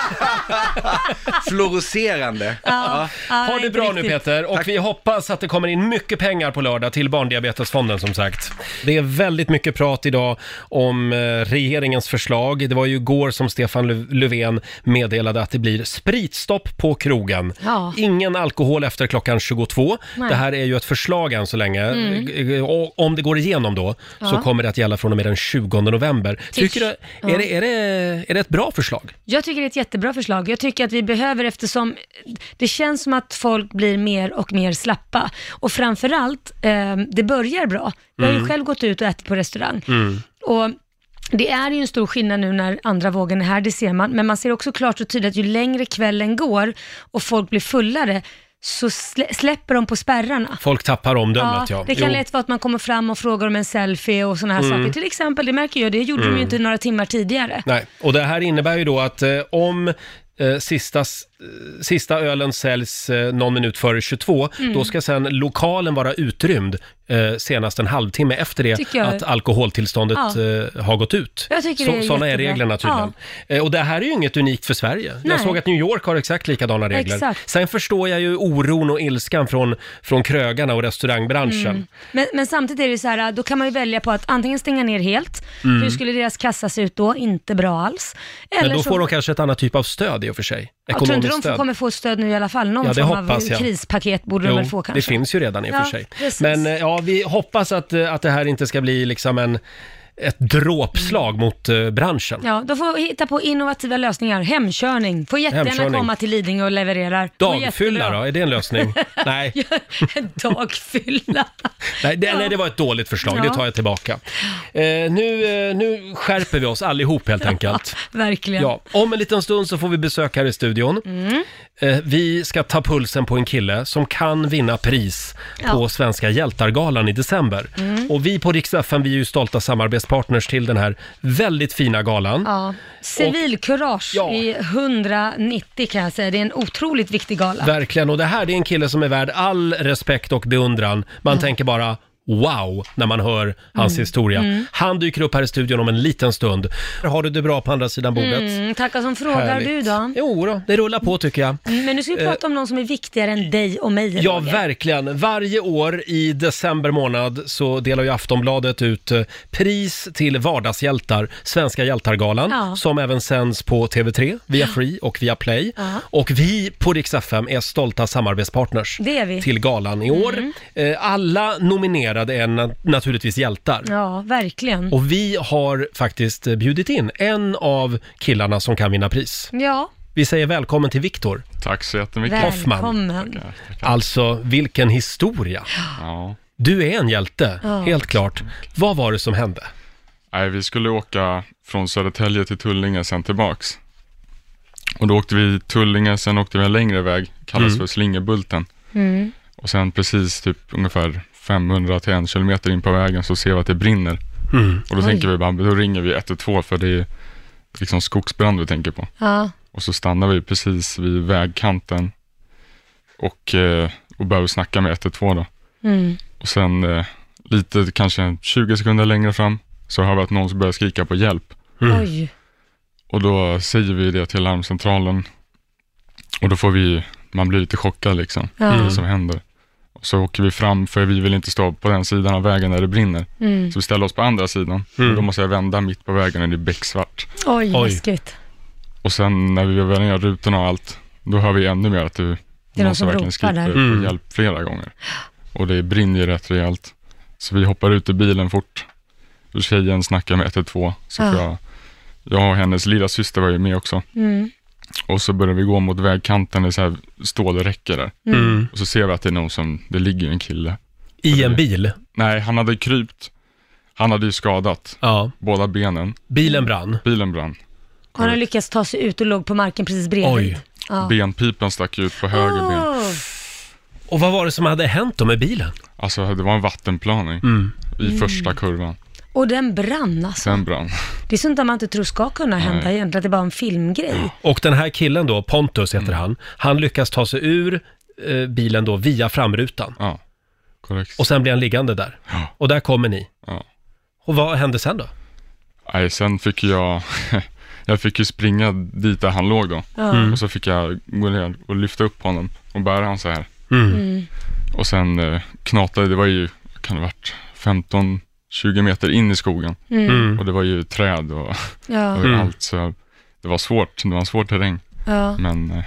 inte. Fluorescerande. Ha det bra nu, Peter. Och vi hoppas att det kommer in mycket pengar på lördag till Barndiabetesfonden, som sagt. Det är väldigt mycket prat idag om regeringens förslag. Det var ju igår som Stefan Löfven meddelade att det blir spritstopp på krogen. Ingen alkohol efter klockan 22. Nej. Det här är ju ett förslag än så länge. Och om det går igenom då så kommer det att gälla från och med den 20 november. Tycker du, är det ett bra förslag? Jag tycker det är ett jättebra förslag. Jag tycker att vi behöver, eftersom det känns som att folk blir mer och mer slappa. Och framförallt, det börjar bra. Jag har ju själv gått ut och ätit på restaurang. Och det är ju en stor skillnad nu när andra vågen är här, det ser man. Men man ser också klart och tydligt att ju längre kvällen går och folk blir fullare, så släpper de på spärrarna. Folk tappar omdömet, Det kan lätt vara att man kommer fram och frågar om en selfie och såna här saker. Till exempel, det märker jag, det gjorde de ju inte några timmar tidigare. Nej, och det här innebär ju då att om sista ölen säljs någon minut före 22, då ska sen lokalen vara utrymd senast en halvtimme efter det att alkoholtillståndet har gått ut. Sådana är reglerna tydligen. Och det här är ju inget unikt för Sverige. Nej. Jag såg att New York har exakt likadana regler. Exakt. Sen förstår jag ju oron och ilskan från krögarna och restaurangbranschen. Men samtidigt är det så här, då kan man ju välja på att antingen stänga ner helt. Hur skulle deras kassa se ut då? Inte bra alls. Eller men då får de kanske ett annat typ av stöd i och för sig. Jag tror inte de kommer få stöd nu i alla fall. Någon form av krispaket borde de väl få kanske. Det finns ju redan i och för sig. Precis. Men vi hoppas att det här inte ska bli liksom ett dråpslag mot branschen. Ja, då får vi hitta på innovativa lösningar. Hemkörning. Får jättegärna komma till Lidingö och levererar. Dagfylla då? Är det en lösning? Nej. Dagfylla. Nej, det var ett dåligt förslag. Det tar jag tillbaka. Nu skärper vi oss allihop helt enkelt. Verkligen. Ja, om en liten stund så får vi besök här i studion. Vi ska ta pulsen på en kille som kan vinna pris på Svenska Hjältargalan i december. Och vi på Rix FM, vi är ju stolta samarbetspartners till den här väldigt fina galan. Ja, civilkurage i 190 kan jag säga. Det är en otroligt viktig gala. Verkligen, och det här är en kille som är värd all respekt och beundran. Man tänker bara, wow när man hör hans historia. Han dyker upp här i studion om en liten stund. Har du det bra på andra sidan bordet? Tackar som frågar. Härligt. Du då? Jo då, det rullar på tycker jag. Men nu ska vi prata om någon som är viktigare än dig och mig. Ja, verkligen. Varje år i december månad så delar ju Aftonbladet ut pris till vardagshjältar, Svenska hjältargalan, som även sänds på TV3, via Free och via Play. Och vi på Rix FM är stolta samarbetspartners till galan i år. Alla nominerade är naturligtvis hjältar. Ja, verkligen. Och vi har faktiskt bjudit in en av killarna som kan vinna pris. Ja. Vi säger välkommen till Viktor. Tack så jättemycket. Välkommen. Tackar. Alltså, vilken historia. Ja. Du är en hjälte, helt klart. Vad var det som hände? Nej, vi skulle åka från Södertälje till Tullinge, sen tillbaks. Och då åkte vi Tullinge, sen åkte vi en längre väg, kallas för Slingebulten. Och sen precis typ ungefär 500 till 1 kilometer in på vägen så ser vi att det brinner. Och då tänker vi bara, då ringer vi 112 för det är liksom skogsbrand vi tänker på. Och så stannar vi precis vid vägkanten och börjar snacka med 112 då. Och sen lite kanske 20 sekunder längre fram så hör vi att någon börjar skrika på hjälp. Och då säger vi det till larmcentralen och då får man blir lite chockad liksom, det som händer. Och så åker vi fram, för vi vill inte stå på den sidan av vägen där det brinner. Så vi ställer oss på andra sidan. Och då måste jag vända mitt på vägen och det är becksvart. Oj, läskigt. Och sen när vi var ner rutorna och allt, då hör vi ännu mer att det är någon som verkligen skriker på hjälp flera gånger. Och det brinner rätt rejält. Så vi hoppar ut i bilen fort. Och tjejen snackar med 112. Så jag och hennes lilla syster var ju med också. Och så börjar vi gå mot vägkanten, det är så här stålräcke där. Och så ser vi att det är någon det ligger en kille. I en bil? Nej, han hade krypt. Han hade ju skadat båda benen. Bilen brann? Bilen brann. Han har lyckats ta sig ut och låg på marken precis bredvid. Benpipan stack ut på höger ben. Och vad var det som hade hänt då med bilen? Alltså det var en vattenplaning i första kurvan. Och den brann alltså? Den brann. Det är sånt där man inte tror ska kunna hända egentligen, att det är bara en filmgrej. Och den här killen då, Pontus heter han lyckas ta sig ur bilen då via framrutan. Ja, korrekt. Och sen blir han liggande där. Och där kommer ni. Ja. Och vad hände sen då? Nej, sen fick jag fick ju springa dit där han låg då. Och så fick jag gå ner och lyfta upp honom och bära han så här. Och sen knatade, det var ju, kan det ha varit 15-20 meter in i skogen. Och det var ju träd och allt, så det var svårt. Det var en svår terräng. Men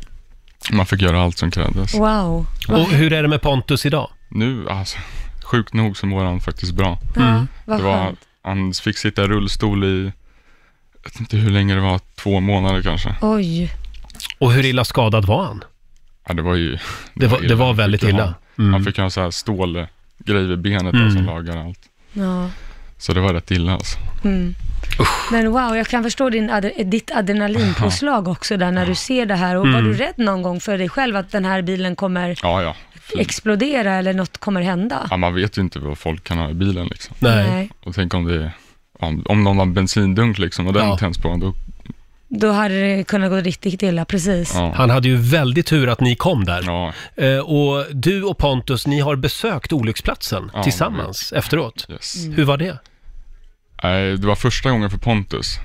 man fick göra allt som krävdes. Wow. Och hur är det med Pontus idag? Nu, alltså, sjukt nog så mår han faktiskt bra. Vad det var, han fick sitta i rullstol i, jag vet inte hur länge det var, 2 månader kanske. Oj. Och hur illa skadad var han? Ja, det var ju... Det var väldigt illa. Han fick ha så här stålgrej vid benet där som lagar allt. Ja. Så det var rätt illa alltså. Men wow, jag kan förstå ditt adrenalinpåslag också där när du ser det här. Och var du rädd någon gång för dig själv att den här bilen kommer explodera eller något kommer hända? Ja, man vet ju inte vad folk kan ha i bilen liksom. Nej. Och tänk om det om någon har bensindunk liksom och den tänds på, då hade det kunnat gå riktigt illa, precis. Han hade ju väldigt tur att ni kom där. Och du och Pontus, ni har besökt olycksplatsen tillsammans efteråt. Hur var det? Det var första gången för Pontus.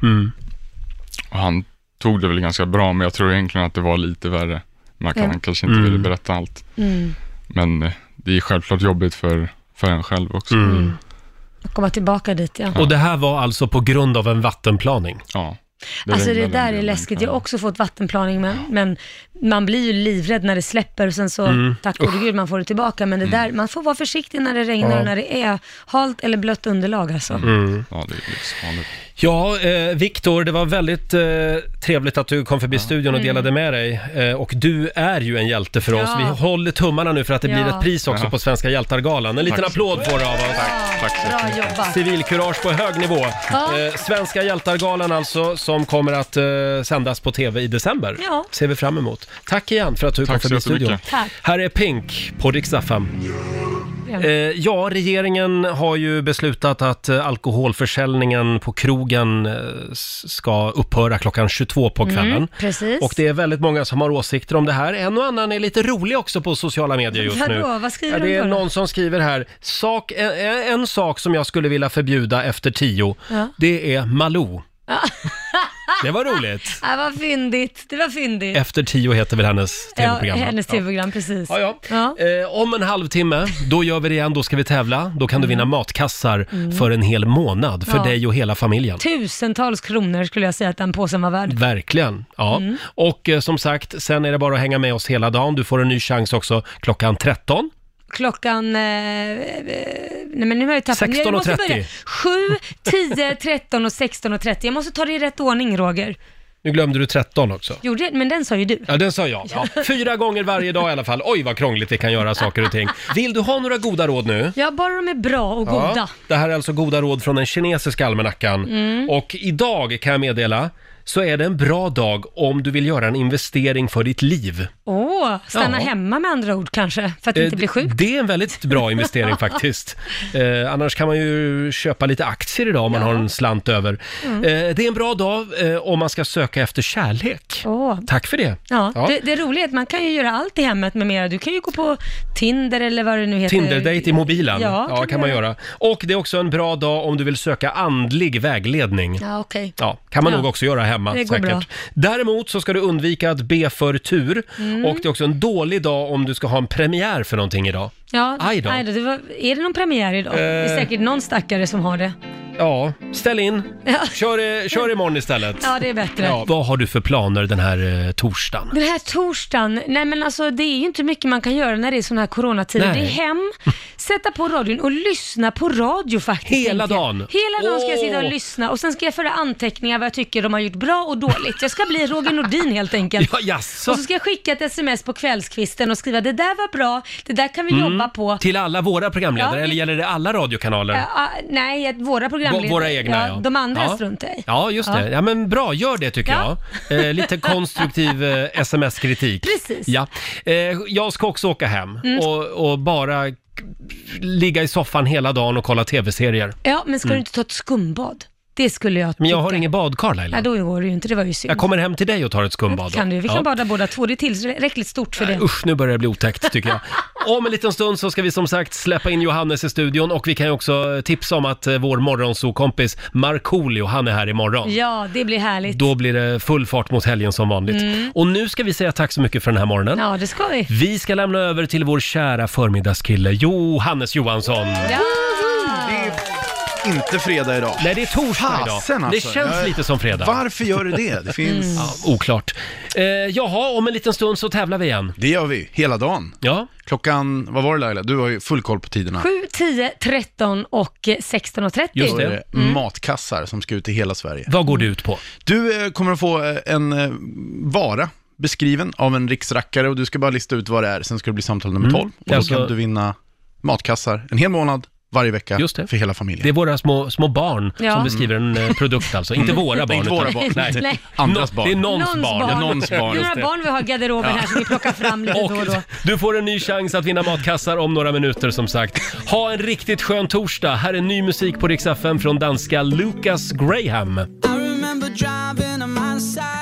Och han tog det väl ganska bra, men jag tror egentligen att det var lite värre. Man kan kanske inte ville berätta allt. Men det är självklart jobbigt för en själv också. Att komma tillbaka dit, Och det här var alltså på grund av en vattenplaning? Ja. Alltså det där är läskigt. Jag har också fått vattenplaning, men man blir ju livrädd när det släpper och sen så, tack gode gud, man får det tillbaka. Men det där, man får vara försiktig när det regnar och när det är halt eller blött underlag alltså. Ja, det är livsfarligt. Ja, Viktor, det var väldigt trevligt att du kom förbi studion och delade med dig. Och du är ju en hjälte för oss. Vi håller tummarna nu för att det blir ett pris också på Svenska hjältargalan. En liten applåd får du av oss. Tack. Bra jobbat. Civilkurage på hög nivå. Svenska hjältargalan alltså, som kommer att sändas på TV i december. Ser vi fram emot. Tack igen för att du kom förbi studion. Tack. Här är Pink på Rix FM. verkligen. Ja, regeringen har ju beslutat att alkoholförsäljningen på krogen ska upphöra klockan 22 på kvällen. Precis. Och det är väldigt många som har åsikter om det här. En och annan är lite rolig också på sociala medier just nu. Vadå? Vad skriver de Det är då? någon som skriver här, en sak som jag skulle vilja förbjuda efter 10, det är Malou. Det var roligt. Det var fyndigt. Det var fyndigt. Efter 10 heter väl hennes tv-program? Ja, hennes tv-program, precis. Ja. Om en halvtimme, då gör vi det igen, då ska vi tävla. Då kan du vinna matkassar för en hel månad för dig och hela familjen. Tusentals kronor skulle jag säga att den påsen var värd. Verkligen, ja. Och som sagt, sen är det bara att hänga med oss hela dagen. Du får en ny chans också klockan 13. Klockan... nej men nu har jag tappat. 16:30. 7, 10, 13 och 16:30. Jag måste ta det i rätt ordning, Roger. Nu glömde du 13 också. Gjorde jag? Men den sa ju du. Ja, den sa jag. Ja. 4 gånger varje dag i alla fall. Oj, vad krångligt det kan göra saker och ting. Vill du ha några goda råd nu? Ja, bara de är bra och goda. Det här är alltså goda råd från den kinesiska almanackan. Och idag kan jag meddela, så är det en bra dag om du vill göra en investering för ditt liv. Stanna hemma med andra ord kanske, för att inte bli sjuk. Det är en väldigt bra investering faktiskt. Annars kan man ju köpa lite aktier idag om man har en slant över. Det är en bra dag om man ska söka efter kärlek. Tack för det. Det är roligt, man kan ju göra allt i hemmet med mera. Du kan ju gå på Tinder eller vad det nu heter. Tinder-date i mobilen. Ja, kan man göra. Och det är också en bra dag om du vill söka andlig vägledning. Ja, kan man nog också göra hemma. Det går säkert. bra. Däremot så ska du undvika att be för tur. Och det är också en dålig dag om du ska ha en premiär för någonting idag. Ja, Aj då. Är det någon premiär idag? Det är säkert någon stackare som har det. Ja, ställ in. Kör imorgon istället. Ja, det är bättre. Vad har du för planer den här torsdagen? Den här torsdagen, nej men alltså det är ju inte mycket man kan göra när det är sån här coronatider. Nej. Det är hem, sätta på radion och lyssna på radio faktiskt. Hela dagen? Hela dagen ska jag sitta och lyssna och sen ska jag föra anteckningar vad jag tycker de har gjort bra och dåligt. Jag ska bli Roger Nordin helt enkelt. Och så ska jag skicka ett sms på kvällskvisten och skriva det där var bra, det där kan vi jobba på. Till alla våra programledare, eller gäller det alla radiokanaler? Nej, våra programledare. Våra egna, ja. De andra struntar i. Ja, just det. Ja, men bra, gör det tycker jag. Lite konstruktiv sms-kritik. Precis. Ja. Jag ska också åka hem och bara ligga i soffan hela dagen och kolla tv-serier. Ja, men ska du inte ta ett skumbad? Det skulle jag tycka. Men jag har ingen badkar, Laila. Nej, då går det ju inte. Det var ju synd. Jag kommer hem till dig och tar ett skumbad. Kan du? Vi kan bada båda två. Det är tillräckligt stort för det. Usch, nu börjar det bli otäckt tycker jag. Om en liten stund så ska vi som sagt släppa in Johannes i studion och vi kan ju också tipsa om att vår morgonsokompis Markoolio, han är här imorgon. Ja, det blir härligt. Då blir det full fart mot helgen som vanligt. Och nu ska vi säga tack så mycket för den här morgonen. Ja, det ska vi. Vi ska lämna över till vår kära förmiddagskille Johannes Johansson. Ja! Inte fredag idag. Nej, det är torsdag idag. Alltså. Det känns lite som fredag. Varför gör det? Det finns... Oklart. Jaha, om en liten stund så tävlar vi igen. Det gör vi, hela dagen. Ja. Klockan, vad var det Laila? Du har ju full koll på tiderna. 7, 10, 13 och 16:30. Just det. Matkassar som ska ut i hela Sverige. Vad går det ut på? Du kommer att få en vara beskriven av en riksrackare och du ska bara lista ut vad det är. Sen ska det bli samtal nummer 12. Och då Alltså... kan du vinna matkassar en hel månad. Varje vecka för hela familjen. Det är våra små barn som beskriver en produkt alltså. Inte våra barn. Inte våra barn. Nej. Andras barn. Det är någons barn. Det är någons barn. Några barn vi har i garderoben här som vi plockar fram lite då och då. Du får en ny chans att vinna matkassar om några minuter som sagt. Ha en riktigt skön torsdag. Här är ny musik på Rix FM från danska Lucas Graham. I remember driving on my side.